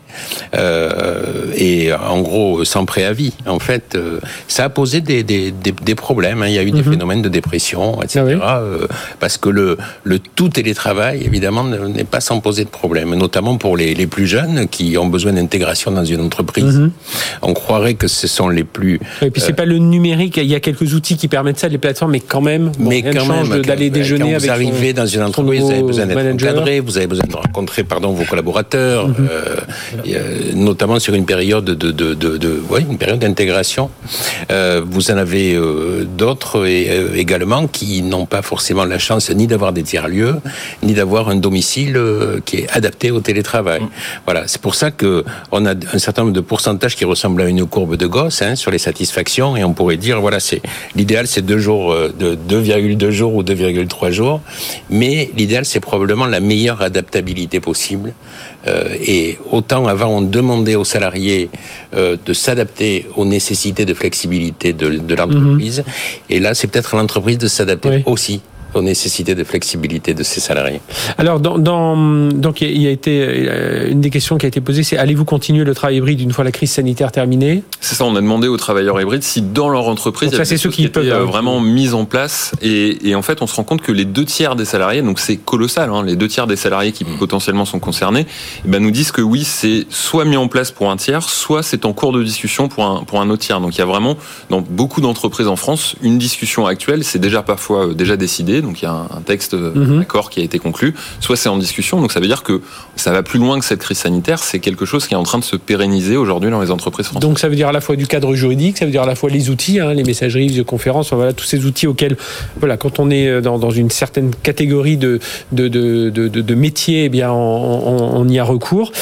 Et en gros, sans préavis. En fait, ça a posé des problèmes. Il y a eu des phénomènes de dépression, etc. Parce que le tout télétravail, évidemment, n'est pas sans poser de problème, notamment pour les plus jeunes qui ont besoin d'intégration dans une entreprise. On croirait que ce sont les plus... Et puis c'est pas le numérique, il y a quelques outils qui permettent ça, les plateformes, mais quand même, rien ne change d'aller déjeuner avec vous arrivez dans une entreprise, vous avez besoin d'être encadré, vous avez besoin de rencontrer vos collaborateurs, notamment sur une période une période d'intégration. Vous en avez d'autres également qui n'ont pas forcément la chance ni d'avoir des tiers-lieux, ni d'avoir un domicile qui est adapté au télétravail. Voilà, c'est pour ça que on a un certain nombre de pourcentages qui ressemblent à une courbe de Gauss sur les satisfactions, et on pourrait dire l'idéal c'est 2 jours, 2,2 jours ou 2,3 jours, mais l'idéal c'est probablement la meilleure adaptabilité possible. Et autant avant on demandait aux salariés de s'adapter aux nécessités de flexibilité de l'entreprise, et là c'est peut-être à l'entreprise de s'adapter aussi aux nécessités de flexibilité de ses salariés. Alors, donc il y a été une des questions qui a été posée, c'est allez-vous continuer le travail hybride une fois la crise sanitaire terminée ? C'est ça, on a demandé aux travailleurs hybrides si dans leur entreprise il y avait des choses qui étaient vraiment mises en place, et en fait on se rend compte que les 2/3 des salariés, donc c'est colossal, les 2/3 des salariés qui potentiellement sont concernés, nous disent que oui, c'est soit mis en place pour un tiers, soit c'est en cours de discussion pour un autre tiers. Donc il y a vraiment dans beaucoup d'entreprises en France une discussion actuelle, c'est déjà parfois déjà décidé. Donc il y a un texte d'accord qui a été conclu, soit c'est en discussion, donc ça veut dire que ça va plus loin que cette crise sanitaire, c'est quelque chose qui est en train de se pérenniser aujourd'hui dans les entreprises françaises. Donc ça veut dire à la fois du cadre juridique, ça veut dire à la fois les outils, les messageries, visioconférences, tous ces outils auxquels, quand on est dans une certaine catégorie de métiers, on y a recours.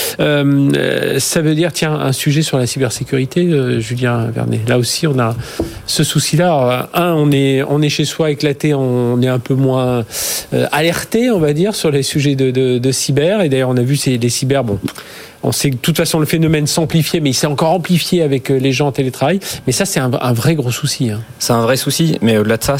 Ça veut dire, un sujet sur la cybersécurité, Julien Vernet. Là aussi, on a ce souci-là. On est chez soi éclaté, on est un peu moins alerté, on va dire, sur les sujets de cyber. Et d'ailleurs, on a vu les cyber, on sait que de toute façon le phénomène s'amplifiait, mais il s'est encore amplifié avec les gens en télétravail. Mais ça, c'est un vrai gros souci. C'est un vrai souci, mais au-delà de ça,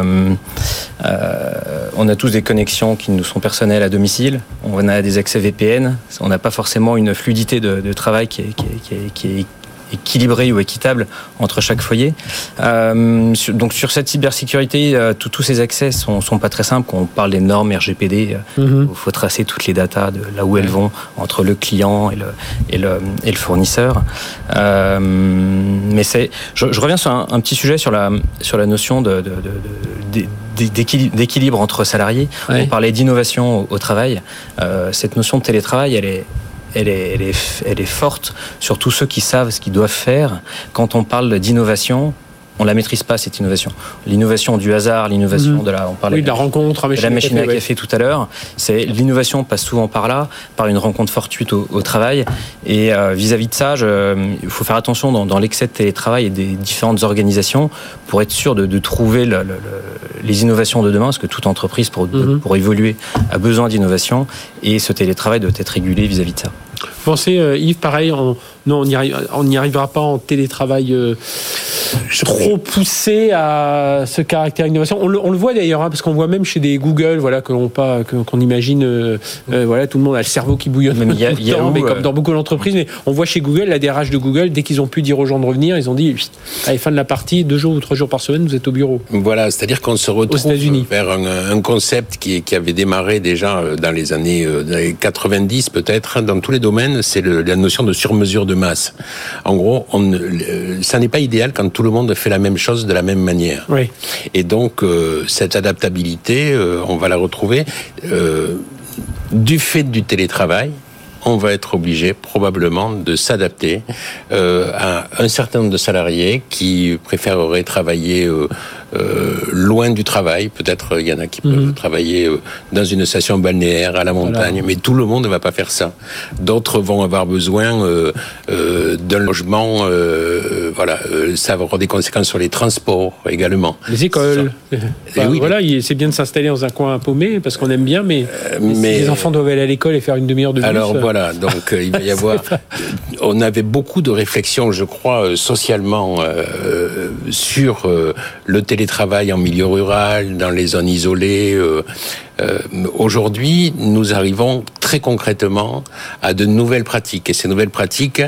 on a tous des connexions qui nous sont personnelles à domicile. On a des accès VPN. On n'a pas forcément une fluidité de travail qui est équilibré ou équitable entre chaque foyer. Donc sur cette cybersécurité, tous ces accès sont pas très simples. Quand on parle des normes RGPD, il faut tracer toutes les datas de là où elles vont entre le client et le fournisseur. Mais je reviens sur un petit sujet sur la notion d'équilibre entre salariés. On parlait d'innovation au travail. Cette notion de télétravail, elle est forte sur tous ceux qui savent ce qu'ils doivent faire. Quand on parle d'innovation, on la maîtrise pas, cette innovation. L'innovation du hasard, l'innovation on parlait de la rencontre, de la machine à café tout à l'heure. C'est l'innovation passe souvent par là, par une rencontre fortuite au travail. Et vis-à-vis de ça, il faut faire attention dans l'excès de télétravail et des différentes organisations pour être sûr de trouver les innovations de demain, parce que toute entreprise pour évoluer a besoin d'innovation, et ce télétravail doit être régulé vis-à-vis de ça. Vous pensez, Yves, pareil, on n'y arrivera pas en télétravail trop poussé à ce caractère innovation. On le voit d'ailleurs, parce qu'on voit même chez des Google, qu'on imagine, tout le monde a le cerveau qui bouillonne tout le temps, mais comme dans beaucoup d'entreprises. Mais on voit chez Google, la DRH de Google, dès qu'ils ont pu dire aux gens de revenir, ils ont dit, allez, fin de la partie, 2 jours ou 3 jours par semaine, vous êtes au bureau. Voilà, c'est-à-dire qu'on se retrouve vers un concept qui avait démarré déjà dans les années 90 peut-être, dans tous les domaines, c'est la notion de surmesure de masse. En gros, ça n'est pas idéal quand tout le monde fait la même chose de la même manière. Oui. Et donc, cette adaptabilité, on va la retrouver du fait du télétravail. On va être obligé probablement de s'adapter à un certain nombre de salariés qui préféreraient travailler loin du travail. Peut-être il y en a qui peuvent travailler dans une station balnéaire, à la montagne, mais tout le monde ne va pas faire ça. D'autres vont avoir besoin d'un logement. Ça va avoir des conséquences sur les transports également. Les écoles. C'est bien de s'installer dans un coin paumé parce qu'on aime bien, mais si les enfants doivent aller à l'école et faire une demi-heure de bus. Alors voilà, donc il va y avoir. On avait beaucoup de réflexions, je crois, socialement sur le télétravail en milieu rural, dans les zones isolées. Aujourd'hui, nous arrivons très concrètement à de nouvelles pratiques. Et ces nouvelles pratiques,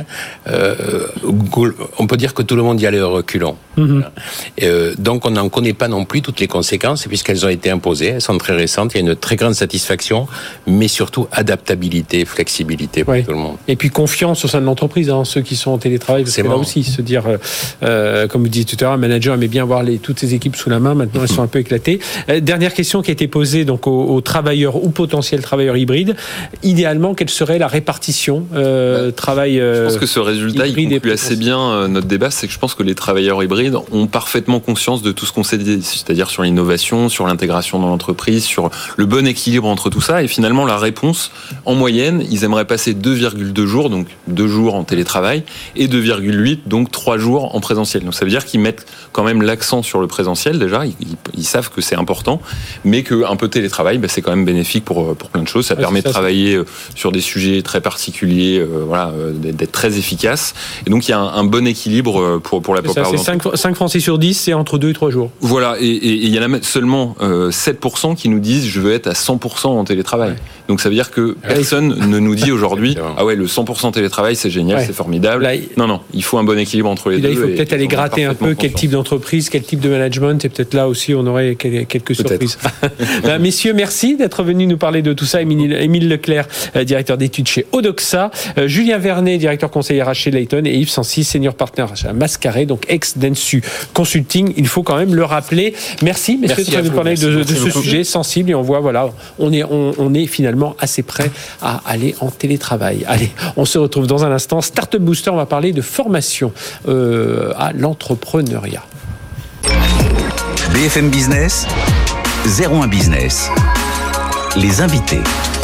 on peut dire que tout le monde y allait au reculons. Donc on n'en connaît pas non plus toutes les conséquences, puisqu'elles ont été imposées, elles sont très récentes, il y a une très grande satisfaction, mais surtout adaptabilité, flexibilité pour tout le monde. Et puis confiance au sein de l'entreprise, ceux qui sont en télétravail, parce que là aussi, se dire, comme vous disiez tout à l'heure, un manager aimait bien voir toutes ses équipes sous la main, maintenant elles sont un peu éclatées. Dernière question qui a été posée donc aux travailleurs ou potentiels travailleurs hybrides. Idéalement, quelle serait la répartition travail Je pense que ce résultat, il conclut assez bien notre débat, c'est que je pense que les travailleurs hybrides ont parfaitement conscience de tout ce qu'on s'est dit, c'est-à-dire sur l'innovation, sur l'intégration dans l'entreprise, sur le bon équilibre entre tout ça, et finalement la réponse, en moyenne, ils aimeraient passer 2,2 jours, donc 2 jours en télétravail, et 2,8, donc 3 jours en présentiel. Donc ça veut dire qu'ils mettent quand même l'accent sur le présentiel déjà, ils savent que c'est important, mais qu'un peu de télétravail, c'est quand même bénéfique pour plein de choses. Ça permet de travailler sur des sujets très particuliers, d'être très efficace. Et donc il y a un bon équilibre pour la plupart des entreprises. 5 Français sur 10, c'est entre 2 et 3 jours. Voilà, et il y en a seulement 7% qui nous disent je veux être à 100% en télétravail. Ouais. Donc ça veut dire que personne ne nous dit aujourd'hui le 100% télétravail c'est génial, c'est formidable. Là, non, il faut un bon équilibre entre les deux. Il faut peut-être aller gratter un peu quel type d'entreprise, quel type de management, et peut-être là aussi on aurait quelques surprises. Messieurs, merci d'être venus nous parler de tout ça. Émile Leclerc, directeur d'études chez Odoxa, Julien Vernet, directeur conseiller RH chez Layton, et Yves Sancy, senior partner à Mascaré, donc ex-Dentsu Consulting. Il faut quand même le rappeler. Merci, messieurs, de nous parler de ce sujet sensible, et on voit, on est finalement assez prêt à aller en télétravail. Allez, on se retrouve dans un instant. Startup Booster, on va parler de formation à l'entrepreneuriat. BFM Business, 01 Business. Les invités.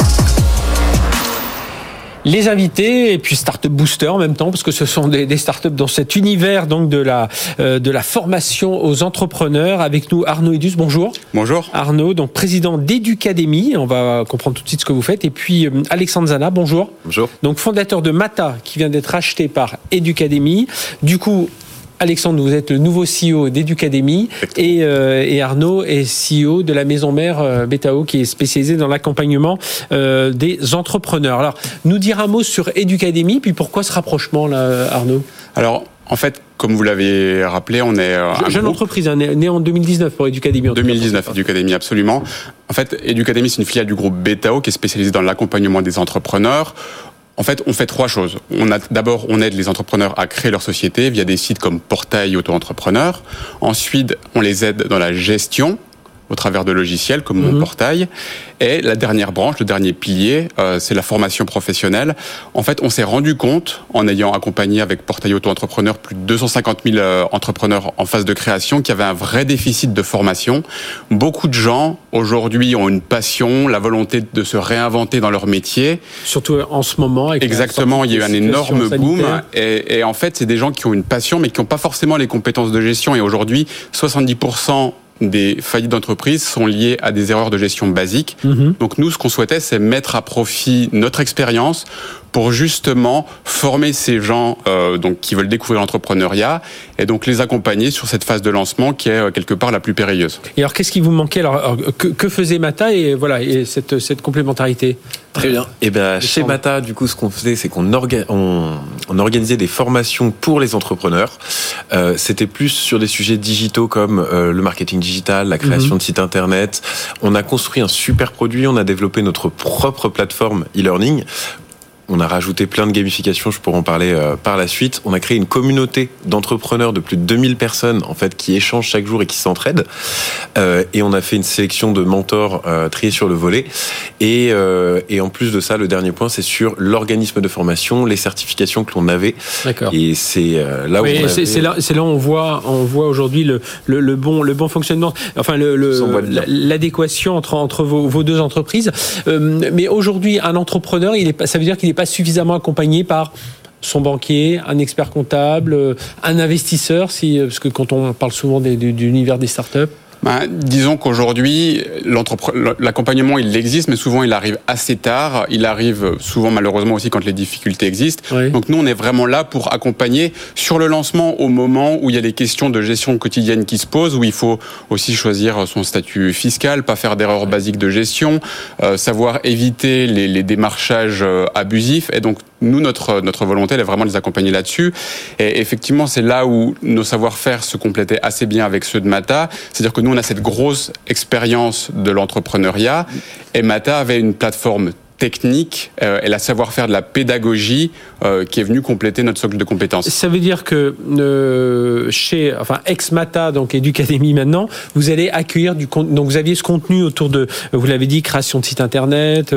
Les invités et puis Startup Booster en même temps, parce que ce sont des startups dans cet univers donc de la formation aux entrepreneurs. Avec nous Arnaud Edus, bonjour. Bonjour. Arnaud, donc président d'Educademy, on va comprendre tout de suite ce que vous faites. Et puis Alexandre Zana, bonjour. Bonjour. Donc fondateur de Mata, qui vient d'être acheté par Educademy. Du coup, Alexandre, vous êtes le nouveau CEO d'Educademy et Arnaud est CEO de la maison mère Betao qui est spécialisée dans l'accompagnement des entrepreneurs. Alors, nous dire un mot sur Educademy, puis pourquoi ce rapprochement là, Arnaud ? Alors, en fait, comme vous l'avez rappelé, on est jeune entreprise, né en 2019 pour Educademy. 2019, Educademy, absolument. En fait, Educademy, c'est une filiale du groupe Betao qui est spécialisée dans l'accompagnement des entrepreneurs. En fait, on fait 3 choses. D'abord, on aide les entrepreneurs à créer leur société via des sites comme Portail Auto-entrepreneur. Ensuite, on les aide dans la gestion au travers de logiciels comme Mon Portail. Et la dernière branche, le dernier pilier, c'est la formation professionnelle. En fait, on s'est rendu compte, en ayant accompagné avec Portail Auto-Entrepreneur plus de 250 000 entrepreneurs en phase de création, qu'il y avait un vrai déficit de formation. Beaucoup de gens, aujourd'hui, ont une passion, la volonté de se réinventer dans leur métier. Surtout en ce moment. Avec exactement, il y a eu un énorme boom. Et en fait, c'est des gens qui ont une passion, mais qui n'ont pas forcément les compétences de gestion. Et aujourd'hui, 70% des faillites d'entreprises sont liées à des erreurs de gestion basiques. Donc nous, ce qu'on souhaitait, c'est mettre à profit notre expérience pour justement former ces gens donc qui veulent découvrir l'entrepreneuriat et donc les accompagner sur cette phase de lancement qui est quelque part la plus périlleuse. Et alors, qu'est-ce qui vous manquait ? Alors, que faisait Mata et voilà et cette complémentarité ? Très bien. Et ben chez Mata, du coup, ce qu'on faisait, c'est qu'on organisait des formations pour les entrepreneurs. C'était plus sur des sujets digitaux comme le marketing digital, la création de sites internet. On a construit un super produit. On a développé notre propre plateforme e-learning. On a rajouté plein de gamification, je pourrais en parler par la suite. On a créé une communauté d'entrepreneurs de plus de 2000 personnes en fait qui échangent chaque jour et qui s'entraident. Et on a fait une sélection de mentors triés sur le volet. Et en plus de ça, le dernier point, c'est sur l'organisme de formation, les certifications que l'on avait. D'accord. Et c'est là où c'est là où on voit aujourd'hui le bon fonctionnement. Enfin l'adéquation entre vos deux entreprises. Mais aujourd'hui, un entrepreneur, ça veut dire qu'il n'est pas suffisamment accompagné par son banquier, un expert comptable, un investisseur, parce que quand on parle souvent de l'univers des startups. Disons qu'aujourd'hui, l'accompagnement, il existe, mais souvent il arrive assez tard. Il arrive souvent malheureusement aussi quand les difficultés existent. Oui. Donc nous, on est vraiment là pour accompagner sur le lancement au moment où il y a des questions de gestion quotidienne qui se posent, où il faut aussi choisir son statut fiscal, pas faire d'erreurs basiques de gestion, savoir éviter les démarchages abusifs. Et donc nous, notre volonté, elle est vraiment de les accompagner là-dessus. Et effectivement, c'est là où nos savoir-faire se complétaient assez bien avec ceux de Mata. C'est-à-dire que nous, on a cette grosse expérience de l'entrepreneuriat et Mata avait une plateforme technique et la savoir-faire de la pédagogie qui est venue compléter notre socle de compétences. Ça veut dire que ex-Mata, donc Educademy maintenant, vous allez accueillir donc vous aviez ce contenu autour de, vous l'avez dit, création de site internet,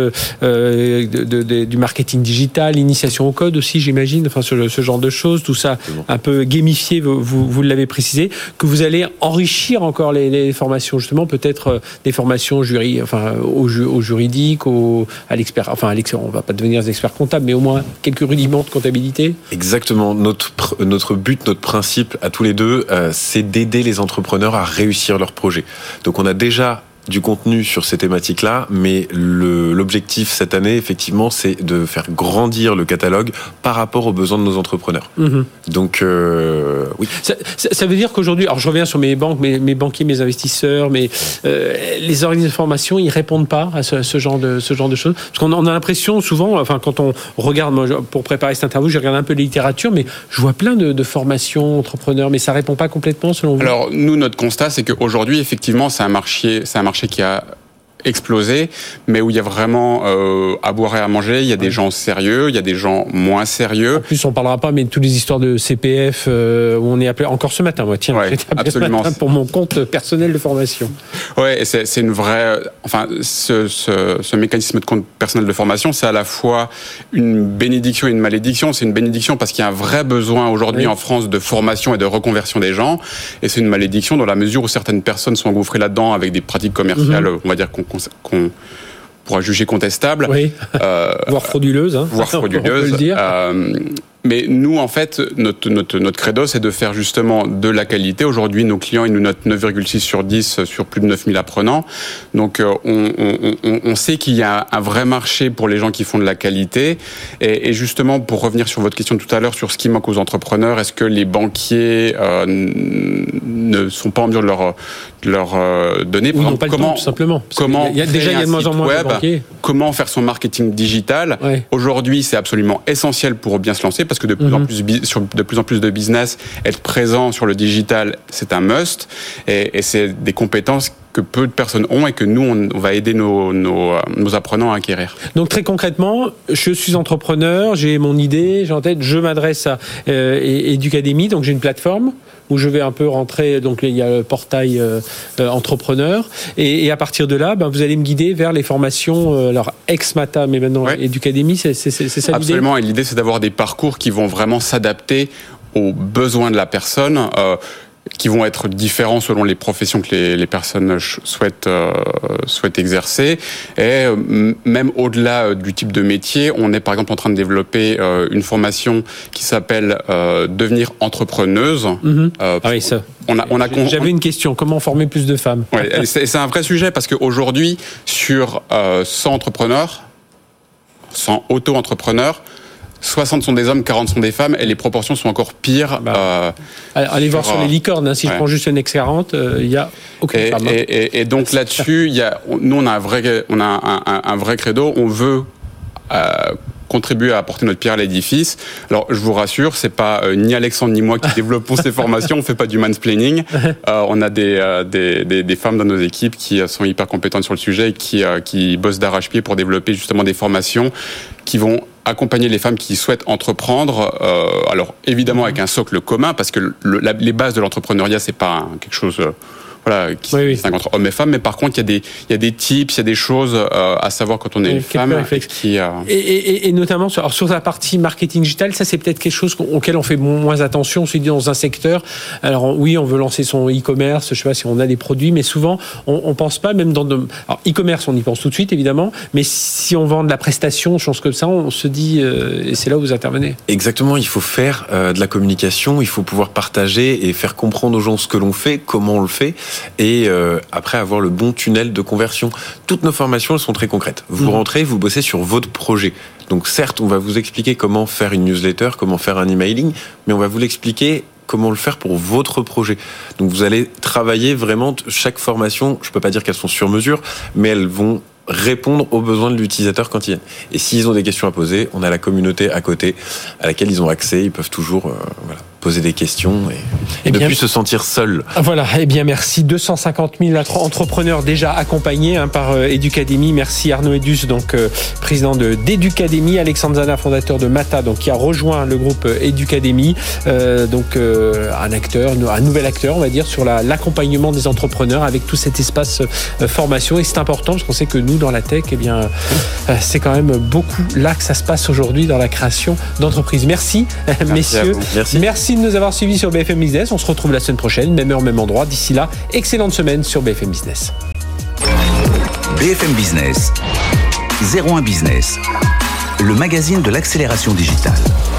du marketing digital, initiation au code aussi, j'imagine, enfin ce genre de choses, tout ça un peu gamifié, vous l'avez précisé, que vous allez enrichir encore les formations, justement, peut-être des formations au juridique, à l'expert. Enfin, on ne va pas devenir des experts comptables, mais au moins quelques rudiments de comptabilité. Exactement. Notre but, notre principe à tous les deux, c'est d'aider les entrepreneurs à réussir leurs projets. Donc, on a déjà du contenu sur ces thématiques-là, mais l'objectif cette année, effectivement, c'est de faire grandir le catalogue par rapport aux besoins de nos entrepreneurs. Donc, oui. Ça veut dire qu'aujourd'hui, alors je reviens sur mes banquiers, mes investisseurs, les organismes de formation, ils répondent pas à ce genre de choses. Parce qu'on a l'impression souvent, enfin quand on regarde, moi, pour préparer cette interview, j'ai regardé un peu la littérature, mais je vois plein de formations entrepreneurs, mais ça répond pas complètement selon vous. Alors nous, notre constat, c'est qu'aujourd'hui, effectivement, c'est un marché qui a explosé, mais où il y a vraiment à boire et à manger. Il y a des gens sérieux, il y a des gens moins sérieux. En plus, on parlera pas, mais de toutes les histoires de CPF où on est appelé encore ce matin. Moi, tiens, j'étais appelé absolument ce matin pour mon compte personnel de formation. Ouais, et c'est une vraie. Enfin, ce mécanisme de compte personnel de formation, c'est à la fois une bénédiction et une malédiction. C'est une bénédiction parce qu'il y a un vrai besoin aujourd'hui en France de formation et de reconversion des gens, et c'est une malédiction dans la mesure où certaines personnes sont engouffrées là-dedans avec des pratiques commerciales, on va dire qu'on pourra juger contestables, voire frauduleuses, voire frauduleuses. On peut le dire. Mais nous, en fait, notre credo, c'est de faire justement de la qualité. Aujourd'hui, nos clients, ils nous notent 9,6 sur 10 sur plus de 9000 apprenants. Donc, on sait qu'il y a un vrai marché pour les gens qui font de la qualité. Et justement, pour revenir sur votre question tout à l'heure, sur ce qui manque aux entrepreneurs, est-ce que les banquiers ne sont pas en mesure de leur donner? Ou n'ont pas le temps, tout simplement. Il y a de moins en moins de banquiers. Comment faire son marketing digital? Aujourd'hui, c'est absolument essentiel pour bien se lancer, parce que de plus en plus de business, être présent sur le digital, c'est un must, et c'est des compétences que peu de personnes ont et que nous, on va aider nos apprenants à acquérir. Donc très concrètement, je suis entrepreneur, j'ai mon idée, j'ai en tête, je m'adresse à Educademy, donc j'ai une plateforme où je vais un peu rentrer, donc il y a le portail entrepreneur, et à partir de là, vous allez me guider vers les formations, alors ex-Mata, mais maintenant Educademy, c'est ça l'idée ? Absolument, et l'idée c'est d'avoir des parcours qui vont vraiment s'adapter aux besoins de la personne, qui vont être différents selon les professions que les personnes souhaitent exercer. Et même au-delà du type de métier, on est par exemple en train de développer une formation qui s'appelle Devenir entrepreneuse. J'avais une question, comment former plus de femmes ? C'est un vrai sujet parce qu'aujourd'hui, sur 100 entrepreneurs, 100 auto-entrepreneurs, 60 sont des hommes, 40 sont des femmes, et les proportions sont encore pires. Allez voir sur les licornes, si je prends juste une X40, il n'y a aucune femme. Et donc là-dessus, nous on a un vrai credo, on veut contribuer à apporter notre pierre à l'édifice. Alors, je vous rassure, c'est pas ni Alexandre ni moi qui développons ces formations, on fait pas du mansplaining. On a des femmes dans nos équipes qui sont hyper compétentes sur le sujet et qui bossent d'arrache-pied pour développer justement des formations qui vont accompagner les femmes qui souhaitent entreprendre, alors évidemment avec un socle commun, parce que les bases de l'entrepreneuriat, c'est pas quelque chose qui distingue entre hommes et femmes, mais par contre, il y a des tips, il y a des choses à savoir quand on est une femme. Et notamment sur la partie marketing digital, ça c'est peut-être quelque chose auquel on fait moins attention. On se dit dans un secteur, alors oui, on veut lancer son e-commerce, je sais pas si on a des produits, mais souvent on pense pas, même alors e-commerce, on y pense tout de suite évidemment, mais si on vend de la prestation, chose comme ça, on se dit, et c'est là où vous intervenez. Exactement, il faut faire de la communication, il faut pouvoir partager et faire comprendre aux gens ce que l'on fait, comment on le fait. Et après avoir le bon tunnel de conversion. Toutes nos formations, elles sont très concrètes. Vous rentrez, vous bossez sur votre projet. Donc certes, on va vous expliquer comment faire une newsletter, comment faire un emailing, mais on va vous l'expliquer comment le faire pour votre projet. Donc vous allez travailler vraiment chaque formation, je peux pas dire qu'elles sont sur mesure, mais elles vont répondre aux besoins de l'utilisateur quand ils viennent. Et s'ils ont des questions à poser, on a la communauté à côté à laquelle ils ont accès, ils peuvent toujours poser des questions et ne plus se sentir seuls. Voilà, merci. 250 000 entrepreneurs déjà accompagnés par Educademy. Merci Arnaud Edus, donc président d'Educademy, Alexandre Zana, fondateur de Mata, donc qui a rejoint le groupe Educademy, un nouvel acteur, on va dire, sur l'accompagnement des entrepreneurs avec tout cet espace formation. Et c'est important parce qu'on sait que nous, dans la tech, c'est quand même beaucoup là que ça se passe aujourd'hui dans la création d'entreprises. Merci messieurs. Merci de nous avoir suivis sur BFM Business. On se retrouve la semaine prochaine, même heure, même endroit. D'ici là, excellente semaine sur BFM Business. BFM Business, 01 Business, le magazine de l'accélération digitale.